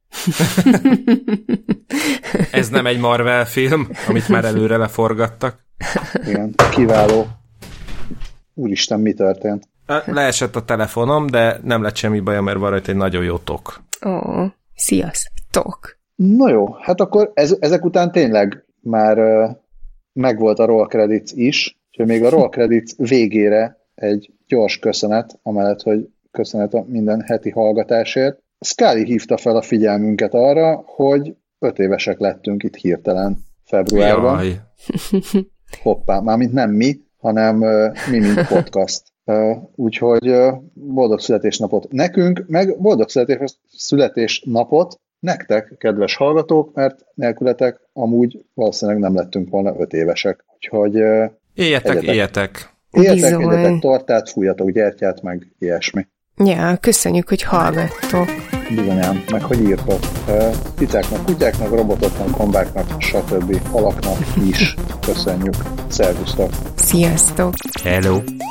Ez nem egy Marvel film, amit már előre leforgattak. Igen, kiváló. Úristen, mi történt? Leesett a telefonom, de nem lett semmi baja, mert van rajta egy nagyon jó tok. Ó, oh, sziasztok! No jó, hát akkor ez, ezek után tényleg már uh, megvolt a roll credits is, úgyhogy még a roll credits végére egy gyors köszönet, amellett, hogy köszönet a minden heti hallgatásért. Scully hívta fel a figyelmünket arra, hogy öt évesek lettünk itt hirtelen februárban. Jaj. Hoppá, mármint nem mi, hanem uh, mi, mint podcast. Uh, úgyhogy uh, boldog születésnapot nekünk, meg boldog születésnapot nektek, kedves hallgatók, mert nélkületek amúgy valószínűleg nem lettünk volna öt évesek. Úgyhogy uh, éljetek, egyetek, éljetek. Éljetek, egyetek tortát, fújjatok gyertyát, meg ilyesmi. Ja, köszönjük, hogy hallgattok. Bizonyám, meg hogy írtok. Uh, Cicáknak, kutyáknak, robotoknak, kombáknak, stb. Alaknak is köszönjük. Szervusztok! Sziasztok! Hello!